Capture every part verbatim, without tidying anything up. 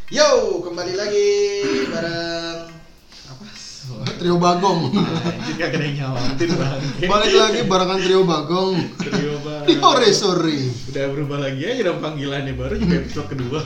Yo, kembali lagi bareng apa? Trio Bagong. Anjir gak kena nyautin bang. Balik lagi barengan Trio Bagong. Trio Bagong. Sorry, sorry. Udah berubah lagi aja dong panggilannya, baru juga episode kedua.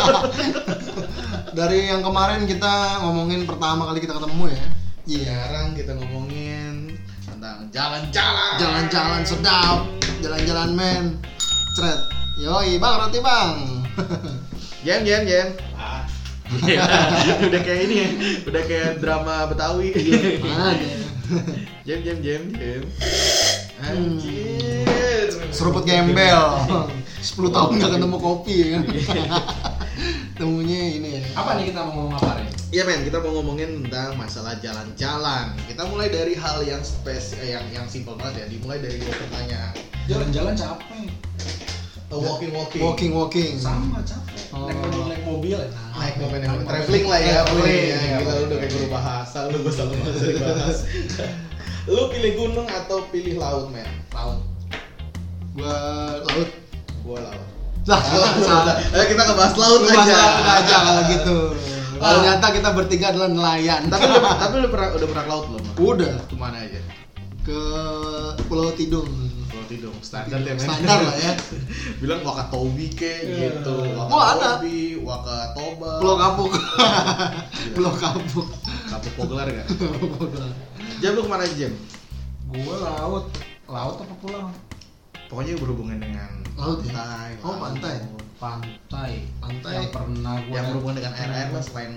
Dari yang kemarin kita ngomongin pertama kali kita ketemu ya. Iya. Sekarang kita ngomongin tentang jalan-jalan. Jalan-jalan sedap, jalan-jalan men. Cret. Yoi, Bang, roti Bang. Jam, jam, jam. Ah. Udah kayak ini ya, udah kayak drama Betawi. Mana? Jam, jam, jam, jam. Anjir. Seruput gembel. sepuluh tahun gak ketemu kopi ya kan. Temunya ini ya. Apa nih kita mau ngomong apa nih? Iya men, kita mau ngomongin tentang masalah jalan-jalan. Kita mulai dari hal yang spes, eh, yang yang simpel banget ya. Dimulai dari dua pertanyaan. Jalan-jalan capek. Uh, walking walking. Walking walking. Sama capek. Oh. Naik mobil naik mobil ya. Naik mobil, naik mobil. Traveling lah ya, Traveling. ya. Gila lu udah kayak guru bahasa, lu gue selalu bahasa dibahas. Lu pilih gunung atau pilih laut men? Laut. Gua laut. Gua laut. Lah, salah. Ayo kita ngebahas laut Bahas aja. laut aja kalau gitu. Ternyata kita bertiga adalah nelayan. Tapi lu, tapi lu pernah udah pernah ke laut belum? Udah Kemana aja? ke Pulau Tidung. Pulau Tidung, standar ya men. Standar lah ya. Bilang Wakatobi kek gitu. Oh, ada. Wakatobi, Wakatoba. Pulau Kapuk. Pulau Kapuk. Kapuk Poglar enggak? Jam lu kemana aja Jam? Gua laut. Laut apa pulau? Pokoknya berhubungan dengan Laut ya? pantai. Oh, laut. pantai. Pantai. Pantai. Yang pernah gua Yang berhubungan dengan air-air lah selain.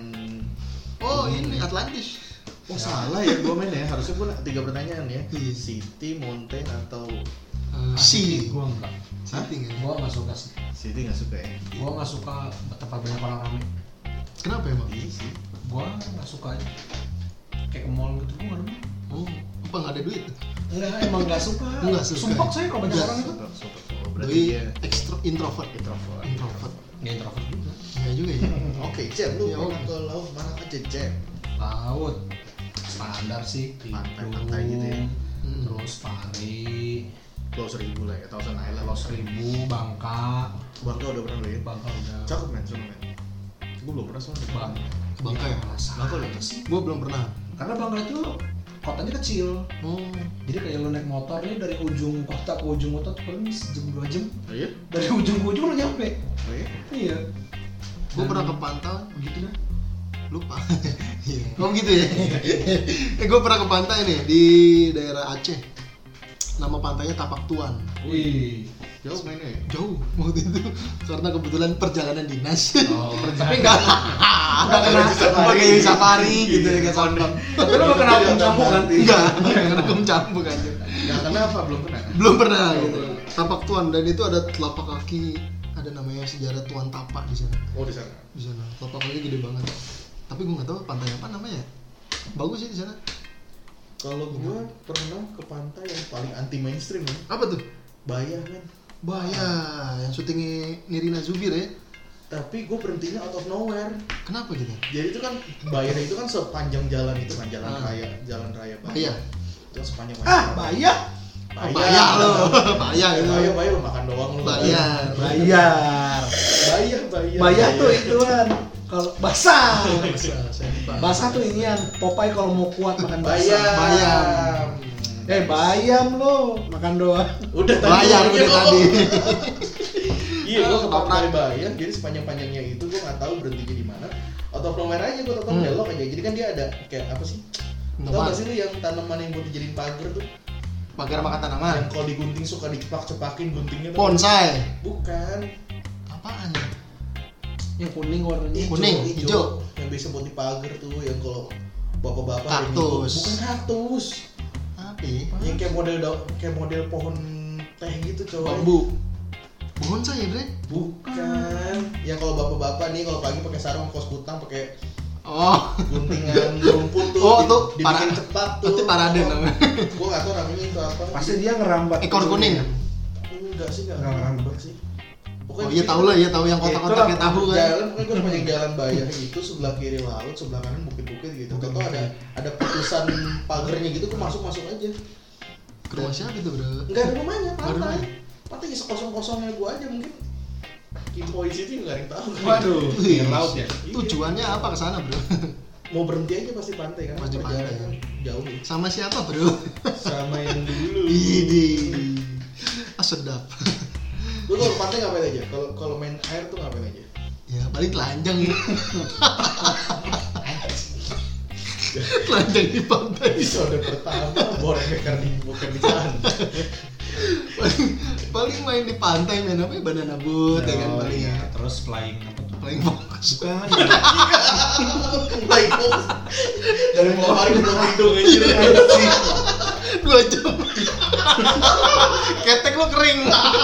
Oh, ini Atlantis. Oh salah ya gua main ya. Harusnya gua tiga pertanyaan ya. Iya. City, mountain atau Uh, City. sea. Gua enggak. City kan? Gua enggak suka sih. City nggak suka ya? Gua enggak suka tempat banyak orang rame. Kenapa emang? Iya sih. Gua enggak suka aja. Kayak ke mall gitu gua enggak demen. Oh, apa nggak ada duit? Enggak, emang enggak suka. Enggak suka. Sumpah saya kalau banyak Enggak. orang itu. Super, super, super. Berarti Berarti dia extro introvert. introvert. Introvert. Enggak introvert juga. Enggak juga ya. Oke, Jam lu Ya, pernah oke. ke laut mana aja Jam? Laut. Standar sih. Pantai-pantai gitu ya. Hmm. Terus Pari, Pulau Seribu lah ya, Thousand Island. Pulau Seribu, Bangka. Bangka udah pernah lu ya? Bangka udah. Cakep men, sono men. Gue belum pernah sono. Bang. Bangka ya? Bangka udah sih. Gua belum pernah. Karena Bangka itu kotanya kecil. Oh, Jadi kayak lu naik motor nih dari ujung kota ke ujung kota tuh paling sejam dua jam. Oh iya? Dari ujung ke ujung lu nyampe. Oh iya? Iya. gua Dan pernah ke pantai. begitu dah. Lupa. Iya. Oh gitu ya. eh gua pernah ke pantai nih di daerah Aceh. Nama pantainya Tapak Tuan. Wih. Jauh mainnya ya? Jauh waktu itu karena kebetulan perjalanan dinas. Oh, Tapi enggak enggak kena pakai safari gitu ya kayak soundtrack. Tapi lu gak kena hukum campur kan? Enggak, enggak kena hukum campur aja. Gak kenapa, belum pernah. Belum pernah gitu. Tapak Tuan dan itu ada telapak kaki, ada namanya sejarah Tuan Tapak di sana. Oh di sana. Di sana telapak kaki gede banget. Tapi gue nggak tahu pantai apa namanya. Bagus sih di sana. Kalau gue pernah ke pantai yang paling anti mainstream ya. Apa tuh? Bayah men. Bahaya, yang syutingnya Nirina Zubir ya. Tapi gue berhentinya out of nowhere. Kenapa gitu? Jadi itu kan Bayah itu kan sepanjang jalan itu kan jalan Ah. raya, jalan raya Bayah. Itu sepanjang Ah, Bayah. Bayah. Bayah lo. Bayah gitu. Bayah, bayah lu makan doang lu. Bayar. Bayar. Bayah, bayah. Bayar tuh ituan. Kalau basah. Basah. Basah tuh inian. Popeye kalau mau kuat makan basah. Bayam. Bayam. Eh bayam lo makan doang. Udah tadi. Bayar ngomongnya udah kok. tadi. Iya, gue ke Ketoprak. pantai Bayah. Jadi sepanjang-panjangnya itu gue nggak tahu berhentinya di mana. Out of nowhere aja gue tetap Hmm. belok aja. Jadi kan dia ada kayak apa sih? Tahu Tempat. nggak sih lu yang tanaman yang buat dijadiin pagar tuh? Pagar makan tanaman. Yang kalau digunting suka dicepak-cepakin guntingnya. tuh. Bonsai. Bukan. Apaan ya? Yang kuning warnanya. Hijau, Kuning, hijau. Yang biasa buat di pagar tuh yang kalau bapak-bapak kayak Kaktus. gitu. Bukan kaktus. Apa ya? Yang kayak model da- kayak model pohon teh gitu coy. Bambu. Bonsai ya, Bre? Bukan. Yang kalau bapak-bapak nih kalau pagi pakai sarung kos kutang pakai Oh. guntingan rumput tuh. Oh, di- tuh dibikin para- cepat tuh. Itu parade namanya. Gua enggak tahu namanya itu apa. Pasti dia ngerambat. Ekor kuning. Enggak sih, enggak Nggak ngerambak sih. Oh iya tahu lah, iya tahu yang kotak-kotak kayak tahu kan. Jalan pokoknya gue sepanjang jalan Bayah itu sebelah kiri laut, sebelah kanan bukit-bukit gitu. Tahu ada ada putusan pagernya gitu, gue masuk-masuk aja. Ke rumah siapa itu, Bro? Enggak ada rumahnya, Nggak ada pantai. rumahnya. Pantai sekosong-kosongnya gue aja mungkin. Kimpoi situ nggak ada yang tahu. Waduh, Wih, pinggir laut ya. Tujuannya apa ke sana, Bro? Mau berhenti aja pasti pantai kan? Pasti pantai, perjalanan ya. Jauh nih. Sama siapa, Bro? Sama yang dulu. Ini. Ah, sedap. Lu kalau pantai ngapain aja? Kalau kalau main air tuh ngapain aja? Ya, paling telanjang ya. Telanjang di pantai. Episode pertama boreng kekar di bukan di jalan. paling, paling main di pantai, main apa ya? Banana boat ya kan Oh, paling iya. ya. Terus flying apa tuh? Paling fokus. Bukan. Baik fokus. Dari mulai hari belum hidung anjir. Dua jam. Ketek lo kering.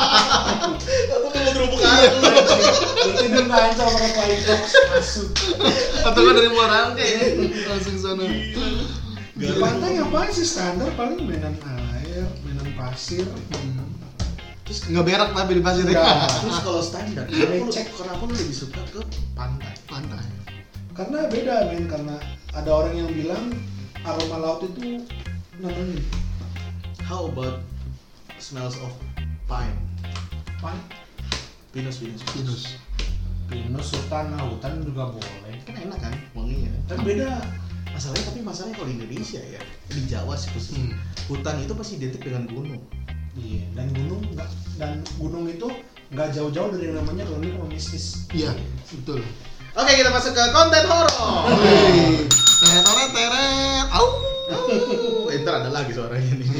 Atau mau gerubuk air lu. Tidur ngancam pakai flying fox masuk. Atau kan dari Morangke langsung sana. Di pantai ngapain sih standar paling mainan air, mainan pasir. Terus nggak berak tapi di pasir ya. Nggak. Terus kalau standar, kenapa lu, kenapa lu lebih suka ke pantai? Pantai. Karena beda men, karena ada orang yang bilang aroma laut itu namanya How about smells of pine? pan, Pinus, pinus, Pinus. pinus, hutan, nah hutan juga boleh. Kan enak kan wanginya. Tapi beda. Masalahnya tapi masalahnya kalau di Indonesia ya, di Jawa sih khususnya, Hmm. hutan itu pasti identik dengan gunung. Iya. Dan gunung nggak, dan gunung itu nggak jauh-jauh dari yang namanya klinik sama mistis. Iya, betul. Oke, kita masuk ke konten horor. Wih, teret teret, au. Eh, ntar ada lagi suaranya nih.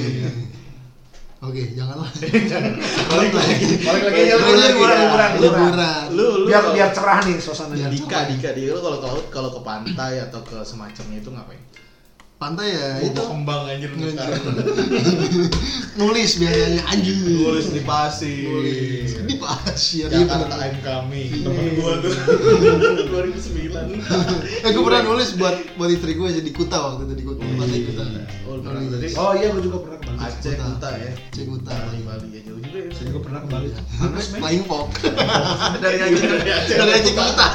Oke, janganlah. Balik lagi. Balik lagi. Liburan, Balik lagi. liburan, liburan, Liburan. Lu, lu Biar kalau- biar cerah nih suasananya. Biar- Dika, Dika, Dika, lu kalau ke laut, kalau ke pantai atau ke semacamnya itu ngapain? Pantai ya Itu itu kembang anjir lu sekarang. nulis biasanya anjir. Nulis di pasir. Nulis di pasir. Iya, Jakarta bener. I'm kami. Iya. Temen gua tuh. dua ribu sembilan. Eh gue pernah nulis buat buat istri gue aja di Kuta waktu itu di Kuta, pantai Kuta. Oh, pernah. Nulis. Berarti Oh iya, gue juga pernah ke Bali. Aceh, Kuta ya. Aceh, Kuta. Bali, Bali ya jauh juga ya. Saya juga pernah ke Bali. Panas men. Flying Fox. Dari Aceh Dari Aceh. dari Aceh ke Kuta.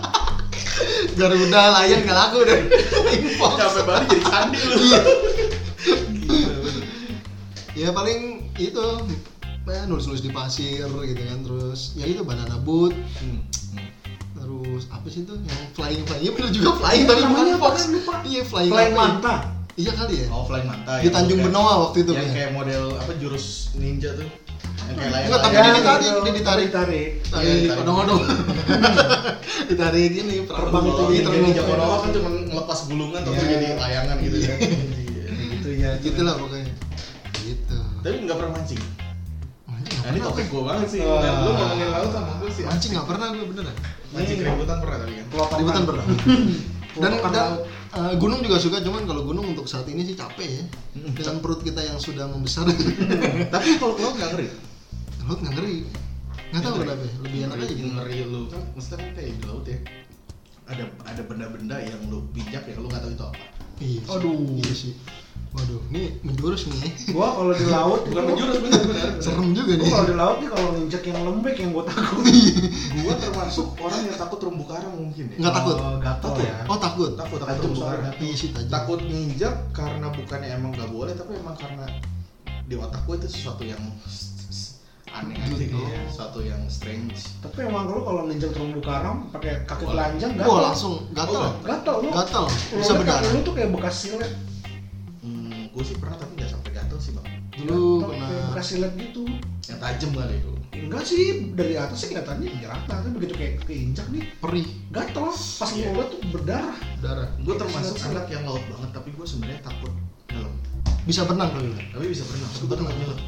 Garuda Lion gak laku deh. Flying Fox. Sampai Bali jadi candi lu. Iya. Gila, bener. Ya paling itu ya, nulis-nulis di pasir gitu kan, terus ya itu banana boat, Hmm. terus apa sih itu yang flying flying, ya bener juga flying tapi namanya bukan apa fox. kan, lupa. Iya flying, Flying apa ya? manta. Iya kali ya. Oh, flying manta Di Tanjung kayak- Benoa waktu itu yang ya. kayak model apa jurus ninja tuh. Yang kayak layang. Enggak, tapi Ya, dia ditarik, gitu. dia ditarik. Ditarik. Tarik Iya, ditarik. odong-odong. Ditarik gini, Terbang itu, Iya, Ini terbang. ninja Konoha kan cuma ngelepas gulungan terus Iya. jadi layangan gitu ya. Gitu ya. Gitu lah pokoknya. Gitu. Tapi nggak pernah mancing. Mancing Nah, nggak ini pernah. topik gue banget sih. Wah. Dan lu ngomongin laut sama gue sih. Mancing nggak pernah gue beneran. Mancing keributan pernah tapi kan. Keributan pernah. Dan, Pelotokan dan laut. uh, gunung juga suka, cuman kalau gunung untuk saat ini sih capek ya. Mm-mm. Dengan perut kita yang sudah membesar. Tapi kalau ke laut nggak ngeri. Laut nggak ngeri. Nggak tahu Ngeri. kenapa ya. Lebih enak aja gitu. Ngeri lu kan, maksudnya kan kayak di laut ya. Ada ada benda-benda yang lu pijak ya, lu nggak tahu itu apa. Iya. sih. Aduh. Iya sih. Waduh, ini menjurus nih. ya. Gua kalau di laut Bukan menjurus bener-bener. Serem juga Gua nih. kalau di laut nih kalau nginjek yang lembek yang gua takut. Gua termasuk orang yang takut terumbu karang mungkin ya. Nggak takut. Oh, gatel Takut. ya. Oh takut. Takut takut Tajam terumbu soalnya. karang. Iya sih tajam. Takut nginjak karena bukannya emang nggak boleh, tapi emang karena di otak gue itu sesuatu yang s- s- aneh aja gitu Oh. ya, sesuatu yang strange. Tapi emang lu kalau nginjek terumbu karang pakai kaki Boleh. telanjang gatel. Wah langsung gatal. Oh, Gatel lu. Gatal. Lu Bisa liat kaki berdarah. Lu tuh kayak bekas silet. Hmm, gue sih pernah tapi nggak sampai gatel sih bang. Dulu Gatel, kayak pernah. bekas silet gitu. Yang tajam kali itu. Enggak sih, dari atas sih kelihatannya jerata, tapi begitu kayak keinjak nih Perih. gatel. Pas Iya. mulut tuh berdarah. Darah. Gue termasuk Silet-silet. anak yang laut banget, tapi gue sebenarnya takut nyelam. Bisa berenang kali. Tapi bisa berenang. Tapi gue takut nyelam.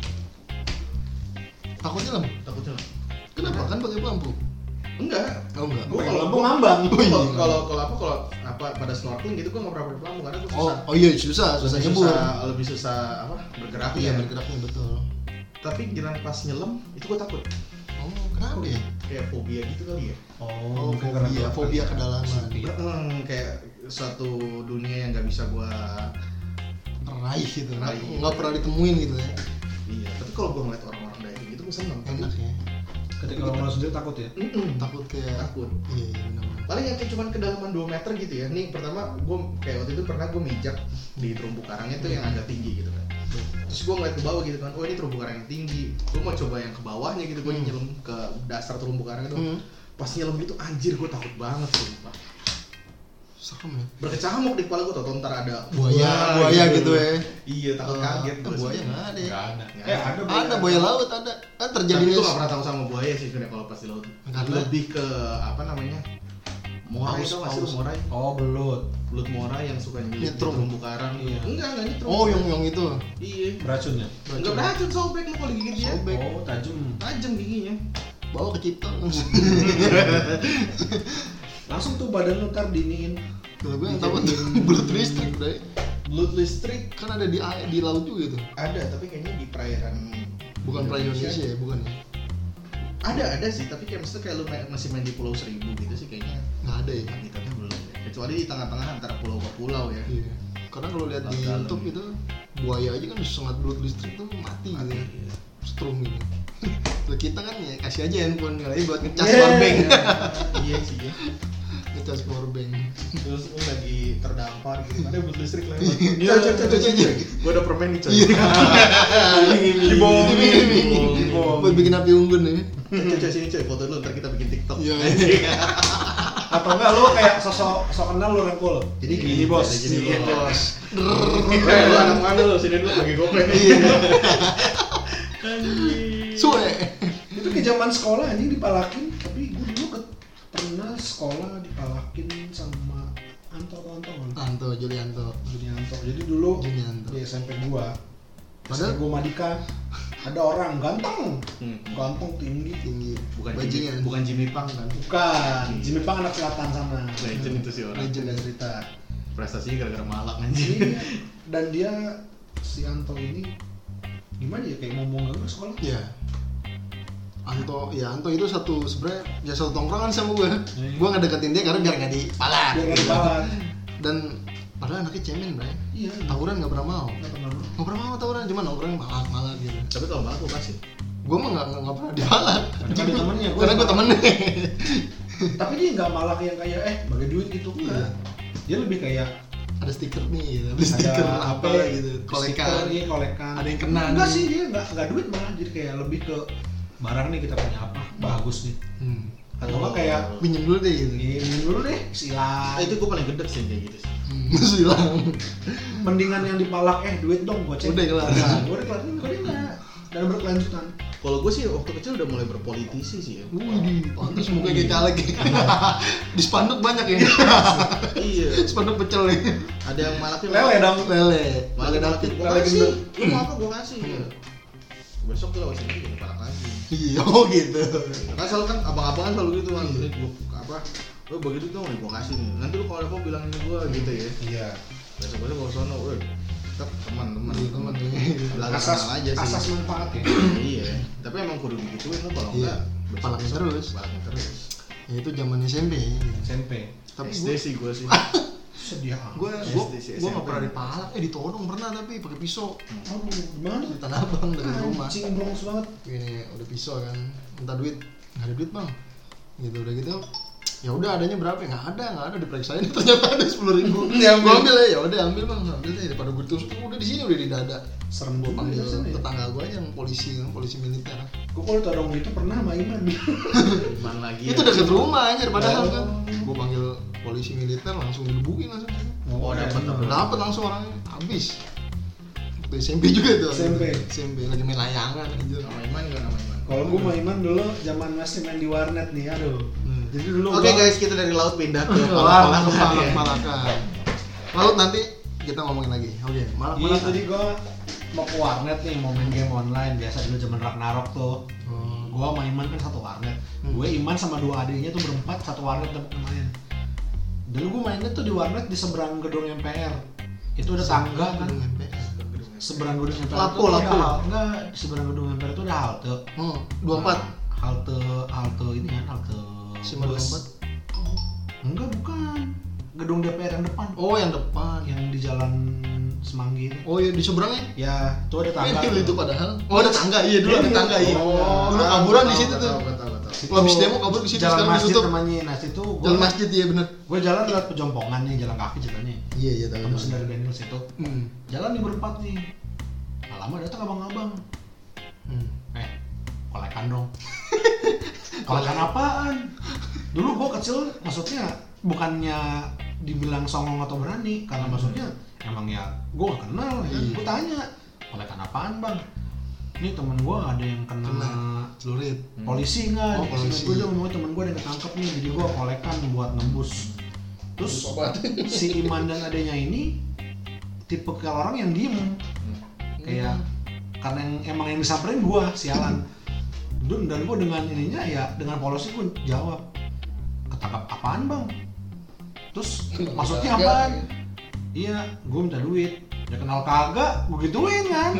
Takut nyelam. Takut nyelam. Kenapa? Kan pakai pelampung. Enggak. Oh enggak. Gua Pakai kalau lambung ngambang. Oh, iya. Kalau kalau kalau apa kalau apa pada snorkeling gitu gue nggak pernah pakai pelampung karena gue Oh, susah. oh iya susah, susah lebih nyebur. susah, lebih susah apa bergerak Iya ya. bergeraknya betul. Tapi giliran pas nyelam itu gue takut. Oh kenapa ya? Kayak fobia gitu kali ya. Oh mungkin fobia, karena fobia kedalaman. Hmm, kayak suatu dunia yang nggak bisa gua Raih gitu. Nggak Raih. nggak pernah ditemuin gitu ya. iya. Tapi kalau gua ngeliat orang-orang diving gitu gua seneng. Enak ya. Ketika kalau mau sendiri takut ya. Mm-mm. Takut kayak. Takut. Iya iya benar. Paling yang kayak cuman kedalaman dua meter gitu ya. Nih pertama gua kayak waktu itu pernah gua mijak di terumbu karangnya tuh yang agak tinggi gitu kan. Terus gue ngeliat ke bawah gitu kan, oh ini terumbu karang yang tinggi. Gue mau coba yang ke bawahnya gitu, gue Hmm. nyelam ke dasar terumbu karang itu. Hmm. Pas nyelam gitu anjir gue takut banget sumpah. Serem ya. Berkecamuk di kepala gue, tau ntar ada Buaya, Wah, buaya gitu ya. Iya, takut Eh, kaget eh, gua buaya sih. nggak ada ya. Nggak ada. Nggak Eh ada. ada Ada buaya laut ada. Kan terjadi Tapi gue gak pernah tahu sama buaya sih sebenarnya kalau pas di laut. Karena- Lebih ke apa namanya? Morai Paus, tau gak sih lu paus. morai? Oh belut. Belut morai yang suka nyelip di Nyetrum. terumbu karang. Iya. Enggak, enggak nyetrum. Oh, yang yang itu. Iya. Beracunnya. Enggak beracun, sobek lu kalau digigit dia. Sobek. Oh tajam. Tajam giginya. Bawa ke Cipto. Langsung tuh badan lu ntar diniin. Kalau gue yang tahu tuh belut listrik, Bray. Belut listrik Kan ada di air, di laut juga tuh. ada, tapi kayaknya di perairan Bukan perairan Indonesia ya, bukan ya? Ada, ada sih, tapi kayak maksudnya kayak lu main, masih main di Pulau Seribu gitu sih kayaknya. Nggak ada ya. Habitatnya belum ya. Kecuali di tengah-tengah antara pulau ke pulau ya. Iya. Karena kalau lihat di Dalam. YouTube itu buaya aja kan sengat belut listrik tuh mati, Mati, gitu ya. iya. Strum gitu. Kalau kita kan ya kasih aja handphone kali buat ngecas Yeah. powerbank. Iya sih ya. Ngecas powerbank. Terus lu lagi terdampar gitu, ada belut listrik lewat. Iya, Coy, coy, coy, coy, coy. Gua ada permen nih coy. Iya. Di bawah. Di bawah. Buat bikin api unggun ya. Coy, coy, sini coy, foto dulu ntar kita bikin TikTok. Iya. Atau enggak lu kayak sosok sok kenal lu rangkul. Jadi Iya, gini bos. jadi gini, Iya, bos. Eh, lu anak mana lu? Sini dulu lagi gopeng. Iya. Anjing. Suwe. Itu ke zaman sekolah anjing dipalakin, tapi gue dulu ke, pernah sekolah dipalakin sama Anto atau Anto kan? Anto, Julianto. Junianto. Jadi dulu Junianto. di S M P gua, Padahal- S M P gua Madika, ada orang ganteng, Hmm. ganteng tinggi. Tinggi. Bukan Bajingan. Jimmy, bukan Jimmy Pang kan? Bukan, Jimmy Pang anak selatan sana. Legend itu sih orang. Legend. Ada cerita. Prestasinya gara-gara malak anjing. Iya. Dan dia si Anto ini gimana ya kayak ngomong gak sekolah? Iya. Anto, ya Anto itu satu sebenarnya ya satu tongkrongan sama gue. Iya. Gue nggak deketin dia karena biar nggak dipalak. Dia nggak dipalak. Dan padahal anaknya cemen, Bray. Iya. Tawuran nggak pernah mau. Nggak pernah. Nggak pernah mau tawuran, cuma nongkrong malak malak gitu. Tapi kalau malak gua kasih. Gue mah nggak nggak pernah dipalak. Karena ada temennya, gua Karena gue sama- temennya. Tapi dia nggak malak yang kayak eh bagi duit gitu enggak. Dia lebih kayak Ada stiker nih, gitu. Ada stiker ada apa gitu. stiker, Kolekan. iya kolekan. Ada yang kena Enggak nih. sih dia nggak nggak duit malah jadi kayak lebih ke barang nih kita punya apa bagus nih. Hmm. Atau nggak kayak Pinjem dulu deh gitu. ini dulu deh silang. Ah, itu gua paling gede sih kayak gitu sih. Hmm. Terus hilang. Mendingan yang dipalak eh duit dong goceng. Udah kelar. Nah, gua udah kelar nih kok dia nggak dan berkelanjutan. Kalau gue sih waktu kecil udah mulai berpolitisi sih ya. Wih, pantas mukanya kayak caleg. Di spanduk banyak ya. Iya. Spanduk pecel nih. Ada yang malakin. Lele dong. Lele. Malakin malakin. Gue Lele kasih. gendut. Lu mau apa gue kasih. Iya. Besok tuh lewat sini jadi palak lagi. Iya, oh gitu. Kan selalu kan abang-abang kan selalu gitu kan. Gue apa? Lo begitu dong nih gue kasih nih. Nanti lu kalau ada apa bilang ini gue gitu ya. Iya. Besok-besok kalau sono, weh, tetap teman-teman. Iya, teman. Belaga Asas kenal aja sih. asas manfaat ya. Iya. Tapi emang kudu digituin lo kalau Iya. enggak. Palakin terus. Palakin terus. Ya itu zaman S M P. S M P. Tapi S D gue sih gue sih. Sedih amat. gue S gue D sih, gue S M P. nggak pernah dipalak, eh ditodong pernah tapi pakai pisau Aduh, gimana? di Tanah Abang dekat rumah. Anjing brongs banget. Gini udah pisau kan, minta duit, nggak ada duit bang, gitu udah gitu. Ya udah adanya berapa? Nggak ada, nggak ada diperiksain ternyata ada sepuluh ribu. Ya, Gue ambil. ambil ya, ya udah ambil bang, ambil deh daripada gue ditusuk udah di sini udah di dada. Serem Gue juga panggil ya, Sen, ya. tetangga gue aja yang polisi kan, polisi militer. Gue kalau todong gitu pernah sama Iman. Gimana lagi? Itu ya? deket rumah aja padahal Oh. kan. Gue panggil polisi militer langsung digebukin langsung. Oh, dapat dapat. Dapet langsung orangnya, habis. Waktu S M P juga tuh. S M P. S M P lagi main layangan aja. Nama Iman juga nama Iman. Kalau gue sama Iman dulu zaman masih main di warnet nih, aduh. Hmm. Jadi dulu Oke gua- guys, kita dari laut pindah ke Malak, palak-palak. malak, malakan. Laut nanti kita ngomongin lagi. Oke, malak, Iya, malakan. jadi gue mau ke warnet nih, mau main game online biasa dulu zaman Ragnarok tuh. Oh. Gue sama Iman kan satu warnet. Hmm. Gue Iman sama dua adiknya tuh berempat satu warnet tempat main. Dulu gue mainnya tuh di warnet di seberang gedung M P R. Itu ada tangga kan. Gedung M P S. Seberang gedung M P R Lapo, tuh ada lapo. hal- enggak, di seberang gedung M P R itu ada halte. Oh, dua puluh empat. Nah, halte halte ini kan halte Simak dua puluh empat. Enggak, bukan. Gedung D P R yang depan. Oh, yang depan. Yang di jalan Semanggi itu. Oh, ya di seberangnya. Ya, itu ada tangga. Itu, itu padahal. Oh, ada tangga. Iya, dulu ada Iya. tangga iya. Oh, Dulu tahu, kaburan di tahu, situ tahu, tuh. tahu, tahu, tahu. Kalau habis demo kabur ke situ Jalan sekarang masjid ditutup. namanya. Nah, situ gua Jalan masjid iya bener. gue jalan lewat pejompongan nih, jalan kaki ceritanya. Iya, iya tahu. Kamu dari Daniel situ. Hmm. Jalan nih berempat nih. Gak lama datang abang-abang. Hmm. Eh, kolekan dong. Kolekan apaan? Dulu gua kecil maksudnya bukannya dibilang songong atau berani, karena maksudnya emang ya gua gak kenal ya. Gua tanya, kolekan apaan bang? Ini temen gua ada yang kena, Kena celurit. polisi nggak? Oh, polisi. Gue ngomong temen gue ada yang ketangkep nih, jadi gue kolekan buat nembus. Terus si Iman dan adanya ini tipe kalau orang yang diem, kayak karena yang, emang yang disamperin gue sialan. Dan, dan gue dengan ininya ya dengan polosnya gue jawab, ketangkap apaan bang? Terus maksudnya apaan? Iya, gue minta duit. Ya kenal kagak, gue gituin kan.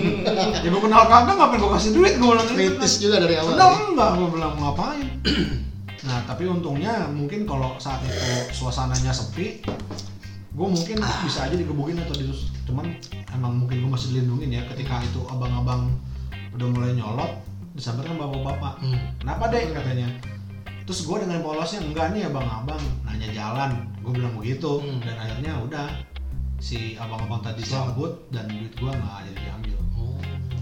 Ya gue kenal kagak, ngapain gue kasih duit, gue bilang gitu. Kritis juga dari awal. Kenal enggak, gue bilang ngapain. Nah tapi untungnya mungkin kalau saat itu suasananya sepi, gue mungkin bisa aja digebukin atau ditus. Cuman emang mungkin gue masih dilindungin ya ketika itu abang-abang udah mulai nyolot, disamperin bapak-bapak. Hmm. Kenapa deh katanya. Terus gue dengan polosnya, enggak nih abang-abang nanya jalan, gue bilang begitu. Hmm. Dan akhirnya udah si abang-abang tadi cabut dan duit gua nggak jadi diambil. Oh.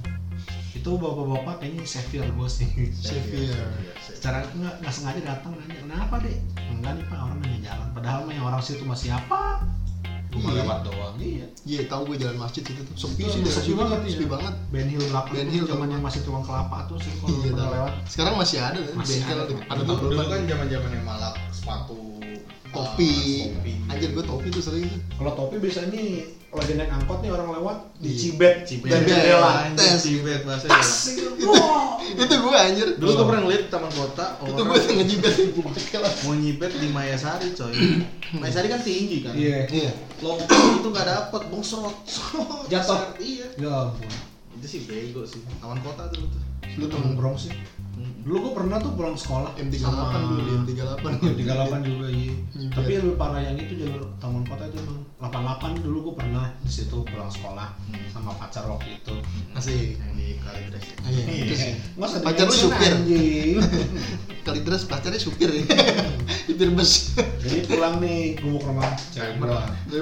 Itu bapak-bapak kayaknya severe gua sih. Severe. Secara nggak nggak sengaja datang nanya kenapa deh? Enggak nih pak, orang nanya jalan. Padahal mah yang orang situ masih apa? Cuma iya. lewat doang. Iya. Iya tahu gue jalan masjid itu tuh sepi itu sih, sepi banget, sepi iya. banget. Ben Hill belakang. Ben Hill zaman yang masih tukang kelapa tuh sih kalau iya, pernah lewat. Sekarang masih ada kan? Masih bengkel ada. ada dulu, dulu kan zaman-zamannya malak sepatu topi. topi. Anjir gue topi tuh sering tuh. Kalau topi biasanya nih lagi naik angkot nih orang lewat Iya. dicibet, Cibet. dan jendela. Tes. Cibet bahasa Tas. Wow. Itu gue anjir. Dulu gue pernah ngeliat di taman kota Itu orang gue ngejibet gue pakai lah. mau nyibet di Mayasari coy. Mayasari kan tinggi kan. Iya. Iya. Lompat itu nggak dapet, bongsrot. Jatuh. Iya. Ya ampun. Itu sih bego sih. Taman kota dulu tuh. Lu tuh nongkrong sih. Dulu gue pernah tuh pulang sekolah M tiga puluh delapan dulu, M tiga puluh delapan. M tiga puluh delapan juga iya. Hmm, Tapi iya. yang lebih parah yang itu jalur taman kota itu emang delapan puluh delapan dulu gue pernah di situ pulang sekolah Hmm. sama pacar waktu itu. Asik. Yang di Kalidres. Ah, iya, itu sih. Nggak usah Pacar lu di-mention, supir. anjing. Kalidres pacarnya supir ya. Supir bus. Jadi pulang nih gue mau ke rumah cewek gue.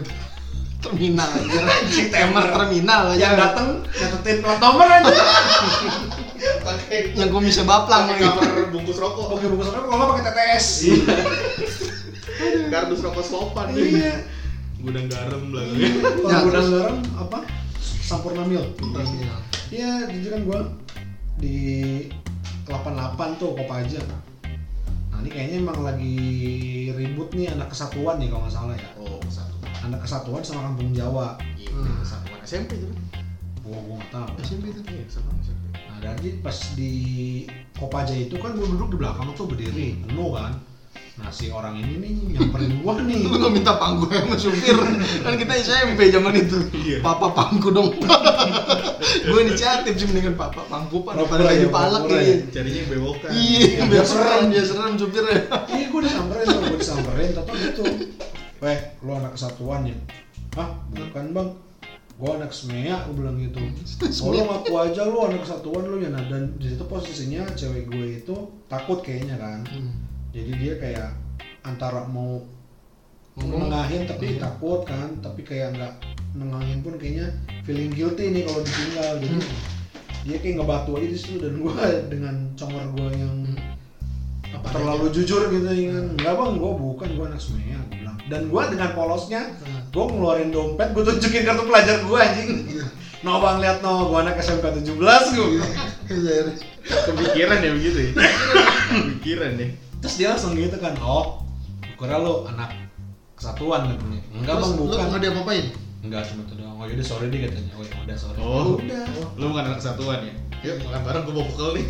Terminal anjir. Temer terminal aja. Yang datang nyatetin plat nomor aja. Pakai Yang gue bisa baplang pakai lagi. cover bungkus rokok. Pakai bungkus rokok kalau nggak pakai T T S. Kardus rokok slopan. Iya. Gudang garam lah. Kalau Ya, gudang terus? garam apa? Sampurna Mil. Terminal. Iya, jujur kan gue di delapan puluh delapan tuh Kopaja. Nah ini kayaknya emang lagi ribut nih anak kesatuan nih kalau nggak salah ya. Oh, satu. Anak kesatuan sama kampung Jawa. Iya, Hmm. kesatuan S M P itu kan. Gua gua nggak tahu. S M P itu. Iya, kesatuan S M P. Nah jadi pas di Kopaja itu kan gua duduk di belakang tuh berdiri penuh kan. Nah si orang ini nih nyamperin gua nih. Lu gak minta pangku sama supir. Kan kita S M P zaman itu. Iya. Papa pangku dong. Gue inisiatif sih mendingan papa pangku pak daripada Pura lagi ya, palak pura iya. Jadinya bewokan. Iya, biar serem, dia serem supirnya. Iya gua disamperin tuh, gua disamperin atau gitu. Weh, lu anak kesatuan ya? Hah, bukan bang. Gua anak SMEA, gua bilang gitu. Oh, lu ngaku aja lu anak kesatuan lu ya. Nah, dan di situ posisinya cewek gue itu takut kayaknya kan. Jadi dia kayak antara mau Ngomong. nengahin tapi Iya. takut kan, tapi kayak nggak nengahin pun kayaknya feeling guilty nih kalau ditinggal. Jadi dia kayak ngebatu aja di situ dan gua dengan congor gua yang Apa terlalu jujur gitu ya kan. Enggak bang, gua bukan, gua anak SMEA, gua bilang. Dan gua dengan polosnya, gua ngeluarin dompet, gua tunjukin kartu pelajar gua anjing. No bang, lihat no, gua anak S M K tujuh belas gua bilang. Kepikiran ya begitu ya. Kepikiran deh. Terus dia langsung gitu kan, oh kira lu anak kesatuan katanya. Enggak bang, Lu bukan. nggak dia apain? Enggak, cuma itu doang. Oh yaudah sorry deh katanya. Oh ya udah sorry. Oh, udah. Lu bukan anak kesatuan ya? Yuk makan bareng, gue bawa bekal nih.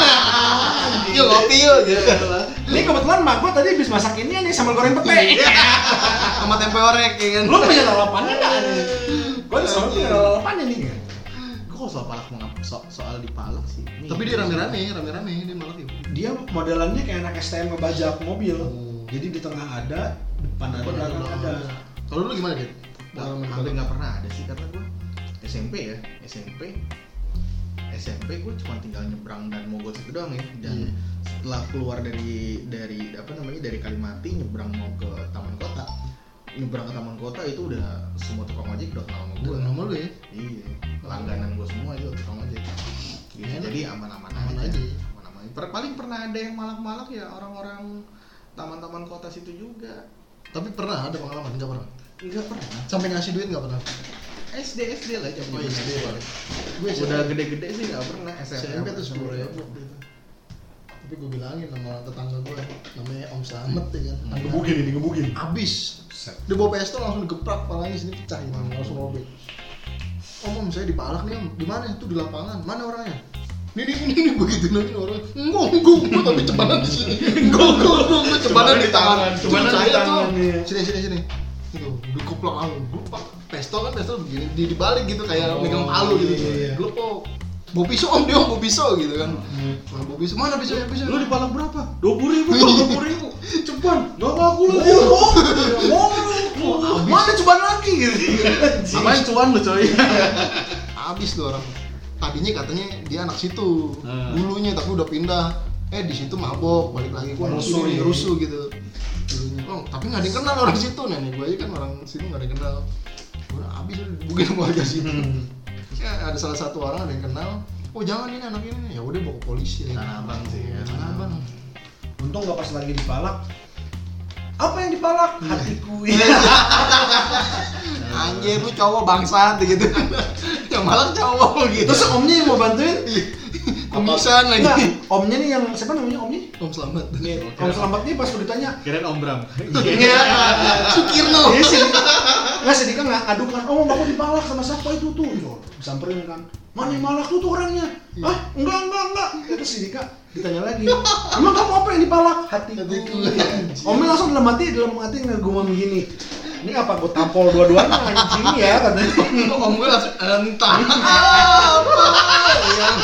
Yuk ngopi yuk. Ini kebetulan mak gua tadi habis masak ini nih sambal goreng pete. Sama tempe orek ya kan. Lu punya lalapannya enggak nih? Gua selalu punya lalapannya nih. Gue kalau soal palak mengap so- soal dipalak sih. Nih, Tapi dia rame-rame, rame-rame dia malah ya. Dia modelannya kayak anak S T M ngebajak mobil. Oh. Jadi di tengah ada, depan ada, Depan belakang ada. ada. Kalau lu gimana, Dit? Nah, hampir nggak pernah ada sih karena gue S M P ya, S M P S M P gue cuma tinggal nyebrang dan mogok situ doang ya. Dan Hmm. setelah keluar dari dari apa namanya dari Kalimati nyebrang mau ke Taman Kota, nyebrang ke taman kota itu udah semua tukang ojek udah kenal sama gue. Udah nama lu ya? Iya, langganan gue semua itu tukang ojek. Gitu, Enak. jadi aman-aman Aman aja. aja. Aman-aman. Per- paling pernah ada yang malak-malak ya orang-orang taman-taman kota situ juga. Tapi pernah ada pengalaman? Enggak pernah. Enggak pernah. Sampai ngasih duit enggak pernah. S D S D lah jam Oh, S D. Gue Udah gede-gede sih nggak pernah. S M P S M P tuh sepuluh ribu. Tapi gue bilangin sama tetangga gue, namanya Om Slamet ya kan. Hmm. Ngebukin ini, ngebukin. Abis. Set. Dia bawa pistol langsung digeprak, palanya sini pecah gitu, langsung robek. Om, om saya dipalak nih om, di mana? Itu di lapangan. Mana orangnya? Nih nih nih, nih begitu nanti orang. Enggak enggak enggak tapi cebanan di sini. Enggak enggak enggak cebanan di tangan. Cebanan di Saya tuh. tangan, iya. Sini sini sini. Itu dikeplak langsung. Glupak. Pistol kan pistol begini di dibalik gitu kayak Oh, megang palu gitu. iya, iya. Glepok. Bawa pisau om, dia om bawa pisau gitu kan. Nah, bawa pisau. Mana pisaunya? Pisau. Lu dipalak berapa? Dua puluh ribu, dua puluh ribu. Ceban, nggak ngaku lu. Oh, mana coba lagi gitu. Samain cuan lu coy. Habis tuh orang. Tadinya katanya dia anak situ. Hmm. Dulunya tapi udah pindah. Eh di situ mabok, balik lagi gua Rusuh, rusuh, iya. rusuh gitu. Dulunya. Oh, tapi enggak ada yang kenal orang situ. Nenek gua aja kan orang situ enggak ada yang kenal. Udah habis udah dibukin sama warga situ. Ya, ada salah satu orang ada yang kenal. Oh, jangan ini anak ini. Ya udah bawa ke polisi ya. Tanah Abang sih ya. Tanah Abang. Untung gak pas lagi dipalak. Apa yang dipalak? Hatiku. Anjir lu cowok bangsat gitu. Yang malah cowok gitu. Terus omnya yang mau bantuin? Kumisan lagi. Enggak, omnya nih yang siapa namanya omnya? Om Slamet. Nih, Om Selamat nih pas udah ditanya. Kirain Om Bram. Iya. Sukirno. Iya sih. Enggak sedih kan enggak adukan. Oh, aku dipalak sama siapa itu tuh? Yo, samperin kan. Mana yang malak tuh tuh orangnya? Ah, enggak enggak enggak. Terus si Dika ditanya lagi. Emang kamu apa yang dipalak? Hatiku. Hatiku. Omnya langsung dalam hati dalam hati ngegumam gini. Ini apa gue tampol dua-duanya anjing ya katanya. Om gue langsung entah apa yang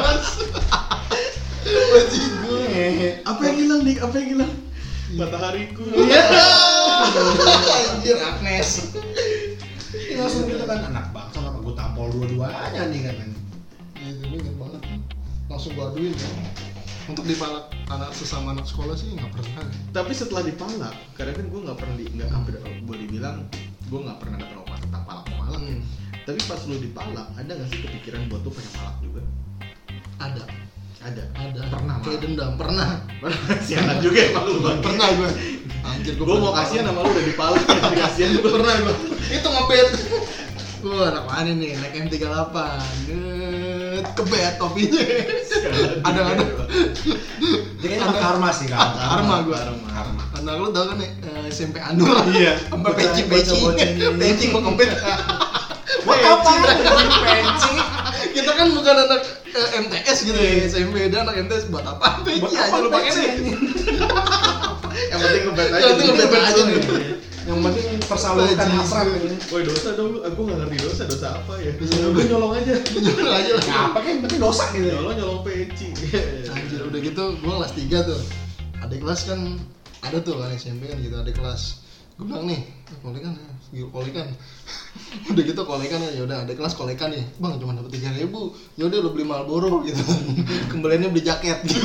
bajing gue. Apa yang hilang dik? Apa yang hilang? Matahariku. Iya. Anjir Agnes. Ini langsung gitu kan anak bangsa apa gue tampol dua-duanya nih katanya. Iya, gue inget banget. Langsung gue aduin ya. Untuk dipalak anak sesama anak sekolah sih nggak pernah. Tapi setelah dipalak, karena kan gue nggak pernah di nggak hampir boleh dibilang gue nggak pernah dapat omongan tentang palak malak. Hmm. Tapi pas lu dipalak, ada nggak sih kepikiran buat tuh pengen malak juga? Ada, Ada. ada. Pernah Kayak malak. dendam, pernah. Sialan juga emang lu bang. Pernah gue. Anjir gue. Gue mau kasihan sama lu udah dipalak, jadi kasihan gue. Pernah gue. Itu ngebet. Gue anak mana nih naik M tiga puluh delapan. Net kebet topinya. Ada ada. Jadi kan emang karma sih kan. Karma gue. Karma. Anak lu tau kan nih eh, S M P Anur. Iya. Sampai peci peci. Peci mau kebet. Buat apa? Penci. Kita kan bukan anak eh, M T S gitu ya, S M P, dia anak M T S buat apa? Peci Buat aja apa lu pakai peci? nih. Yang penting ngebet aja. Yang penting ngebet aja nih. Yang penting tersalurkan Bajing. hasrat ini. Woi dosa dong lu, aku nggak ngerti dosa, dosa apa ya? Gue nyolong aja. Nyolong aja lah. Nggak apa kan yang penting dosa gitu. Nyolong nyolong peci. Anjir udah gitu, gua kelas tiga tuh. Adik kelas kan ada tuh kan S M P kan gitu, adik kelas. Gue bilang nih, kolekan ya, gila kolekan. Udah gitu kolekan ya, yaudah adik kelas kolekan nih. Bang cuma dapat tiga ribu, yaudah lu beli Marlboro gitu. Kembaliannya beli jaket gitu.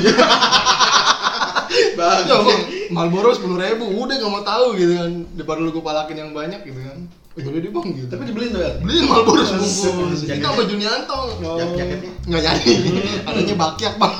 Bang. Ya bang, Marlboro sepuluh ribu, udah gak mau tahu gitu kan. Daripada lu gue palakin yang banyak gitu kan. Oh, yaudah deh bang gitu. Tapi dibeliin tuh ya. Beliin Marlboro sebungkus. Jaketnya? Kita sama Junianto. Oh. Jak- jaketnya? Nggak jadi. Adanya bakyak bang.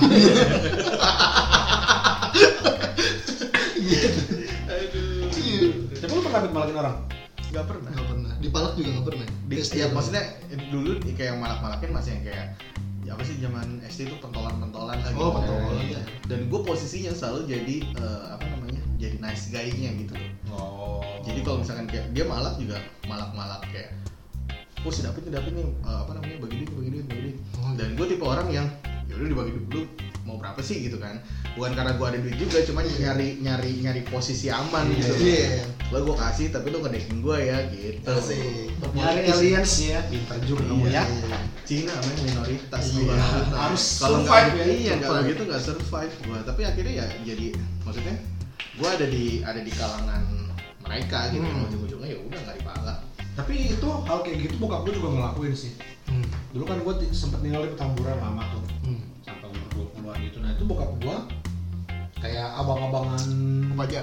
Aduh. Iya. Tapi lu pernah malakin orang? Gak pernah. Nggak pernah. Dipalak juga nggak pernah. Di, S D ya doang. maksudnya dulu kayak yang malak-malakin masih yang kayak ya apa sih zaman S D itu pentolan-pentolan lah Oh, gitu. pentolan, Iya. ya. Dan gue posisinya selalu jadi eh, apa namanya? Jadi nice guy-nya gitu loh. Oh. Jadi kalau misalkan kayak dia malak juga malak-malak kayak oh si David nih David nih eh, apa namanya bagi duit bagi duit bagi duit. Oh. Dan gue tipe orang yang ya udah dibagi duit dulu mau berapa sih gitu kan. Bukan karena gue ada duit juga, cuma nyari nyari nyari posisi aman Iya. gitu. Iya. Lo gue kasih tapi lo ngedekin gue ya gitu. Asik. Nyari aliens ya, pintar juga kamu ya. Iya. Cina men minoritas Iya, gua. harus Kalau survive nggak ya. iya nggak Survive. begitu nggak survive gua. Tapi akhirnya ya jadi maksudnya gua ada di ada di kalangan mereka gitu. Hmm. Ujung-ujungnya ya udah nggak dipalak. Tapi itu hal kayak gitu bokap gue juga ngelakuin sih. Hmm. Dulu kan gue t- sempet tinggal di Petamburan lama tuh. Hmm. Sampai umur dua puluhan gitu. Nah itu bokap gue kayak abang-abangan Apa aja?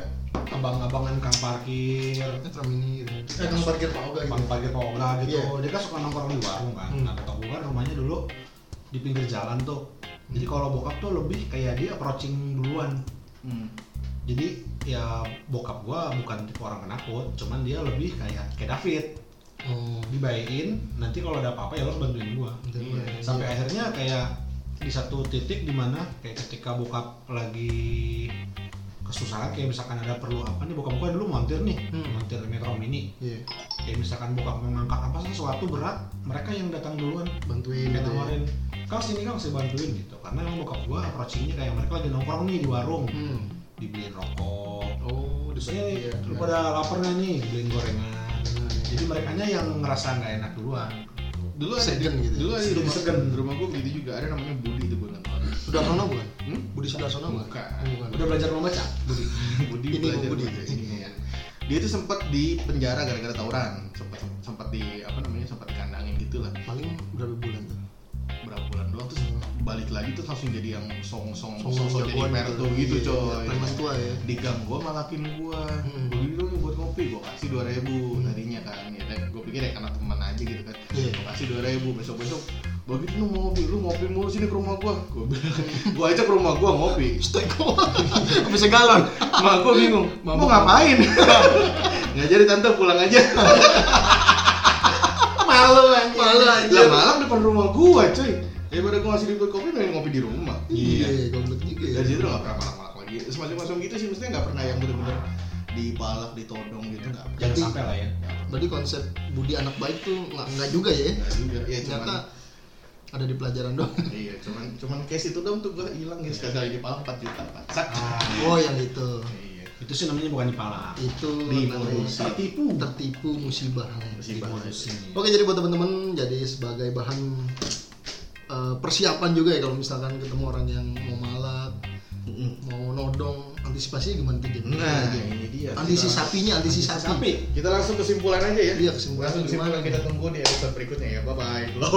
abang-abangan kang parkir, Metro Mini gitu. Eh, kang parkir Pak Oga gitu. kang parkir Pak Oga gitu. Iya. Dia kan suka nongkrong di warung kan. Hmm. Nah, bokap gua kan rumahnya dulu di pinggir jalan tuh. Jadi kalau bokap tuh lebih kayak dia approaching duluan. Hmm. Jadi ya bokap gua bukan tipe orang penakut, cuman dia lebih kayak kayak David. Oh, Dibayain, nanti kalau ada apa-apa ya lo harus bantuin gua. iya. Sampai akhirnya kayak di satu titik dimana kayak ketika bokap lagi kesusahan, kayak misalkan ada perlu apa nih, bokap gua dulu montir nih, Hmm. montir Metro Mini. Iya, Kayak misalkan bokap mengangkat apa sesuatu berat, mereka yang datang duluan bantuin kayak gitu. Ya. nawarin, kang sini kang saya bantuin gitu. Karena emang bokap gua approachingnya kayak mereka lagi nongkrong nih di warung, Hmm. dibeliin rokok. Oh, Terus iya. eh lu pada lapar nggak nih, dibeliin gorengan. Nah, Jadi mereka yang ngerasa nggak enak duluan. Dulu ada Segen gitu. Dulu ada di Segen, rumah, segen. di rumah gue gitu juga, ada namanya Budi itu gue nggak tahu. Sudarsono bukan? Hmm? Budi Sudarsono bukan? Bukan. Oh, bukan. Udah belajar membaca, Budi. Budi Ini belajar Budi. baca ini ya. Dia tuh sempat di penjara gara-gara tawuran, sempat sempat di apa namanya sempat dikandangin gitu lah. Paling berapa bulan tuh? Berapa bulan doang terus balik lagi tuh langsung jadi yang song song song, Song song jadi jagoan pertu gitu. gitu Iya, coy. preman tua ya. Di gang gua malakin gua, Hmm. gua bilang "Lu buat kopi, gua kasih dua ribu Hmm. tadinya kan, ya gua pikir ya karena teman aja gitu kan, Iya. gua kasih dua ribu besok besok, begitu lu mau ngopi, lu ngopi mulu sini ke rumah gua, gua bilang, gua ajak ke rumah gua ngopi, Stay kok. Bisa galon. mak gua bingung, mau Mabuk. ngapain? Nggak jadi tante pulang aja. Malu anjing. Malu, anjing. Lah malam depan rumah gua cuy. Ya pada gua ngasih duit kopi mending ngopi di rumah. Iya, goblok juga ya. Dari situ udah gak pernah malak-malak lagi. Semacam-macam gitu sih, mestinya gak pernah yang bener-bener dipalak, ditodong gitu nggak. Jangan Jadi- sampai lah ya. Berarti konsep Budi anak baik tuh nggak nggak juga ya? Nggak juga. Ya cuman. Ternyata ada di pelajaran doang. Iya, cuman cuman case itu dong tuh gua hilang guys. Sekali dipalak empat juta pak. Sak. Ah, Oh, yang itu. Iya. itu sih namanya bukan dipalak. Itu Di namanya musim. Tertipu. tertipu musibah. Musibah. Dimurusin. Oke, jadi buat teman-teman jadi sebagai bahan eh, persiapan juga ya kalau misalkan ketemu orang yang mau malak, mau nodong, antisipasinya gimana tuh? Jim? Nah, ini dia. Antisisapinya, antisisapi. Tapi Kita langsung kesimpulan aja ya. Iya, kesimpulan Langsung kesimpulan gimana? kita tunggu di episode berikutnya ya. Bye bye. Loh.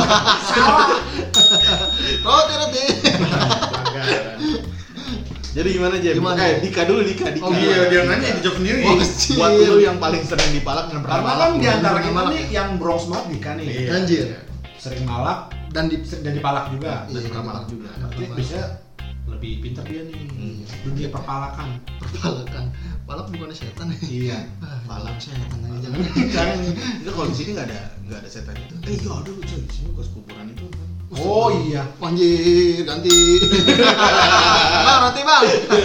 Roti roti. Pelanggaran. Jadi gimana Jem? Gimana? Eh, Dika dulu Dika. Dika. Oh, iya, dia nanya dijawab sendiri. Oh, kecil. Buat lu yang paling sering dipalak dan pernah karena malak. kan lu. di antara Pernah kita malak nih yang bronze banget Dika nih. Iya. Anjir. Sering malak Dan di dan dipalak juga. Dan Iya, pernah malak juga. Berarti bisa lebih pintar dia nih. Hmm. Dunia perpalakan. perpalakan. Palak bukannya setan ya? Iya. Ah, palak setan aja jangan. Jangan. Enggak kalau di sini enggak ada enggak ada setan itu. Eh, iya ada lu coy. Di sini pas kuburan itu. Oh iya. Anjir, ganti. Bang, roti bang.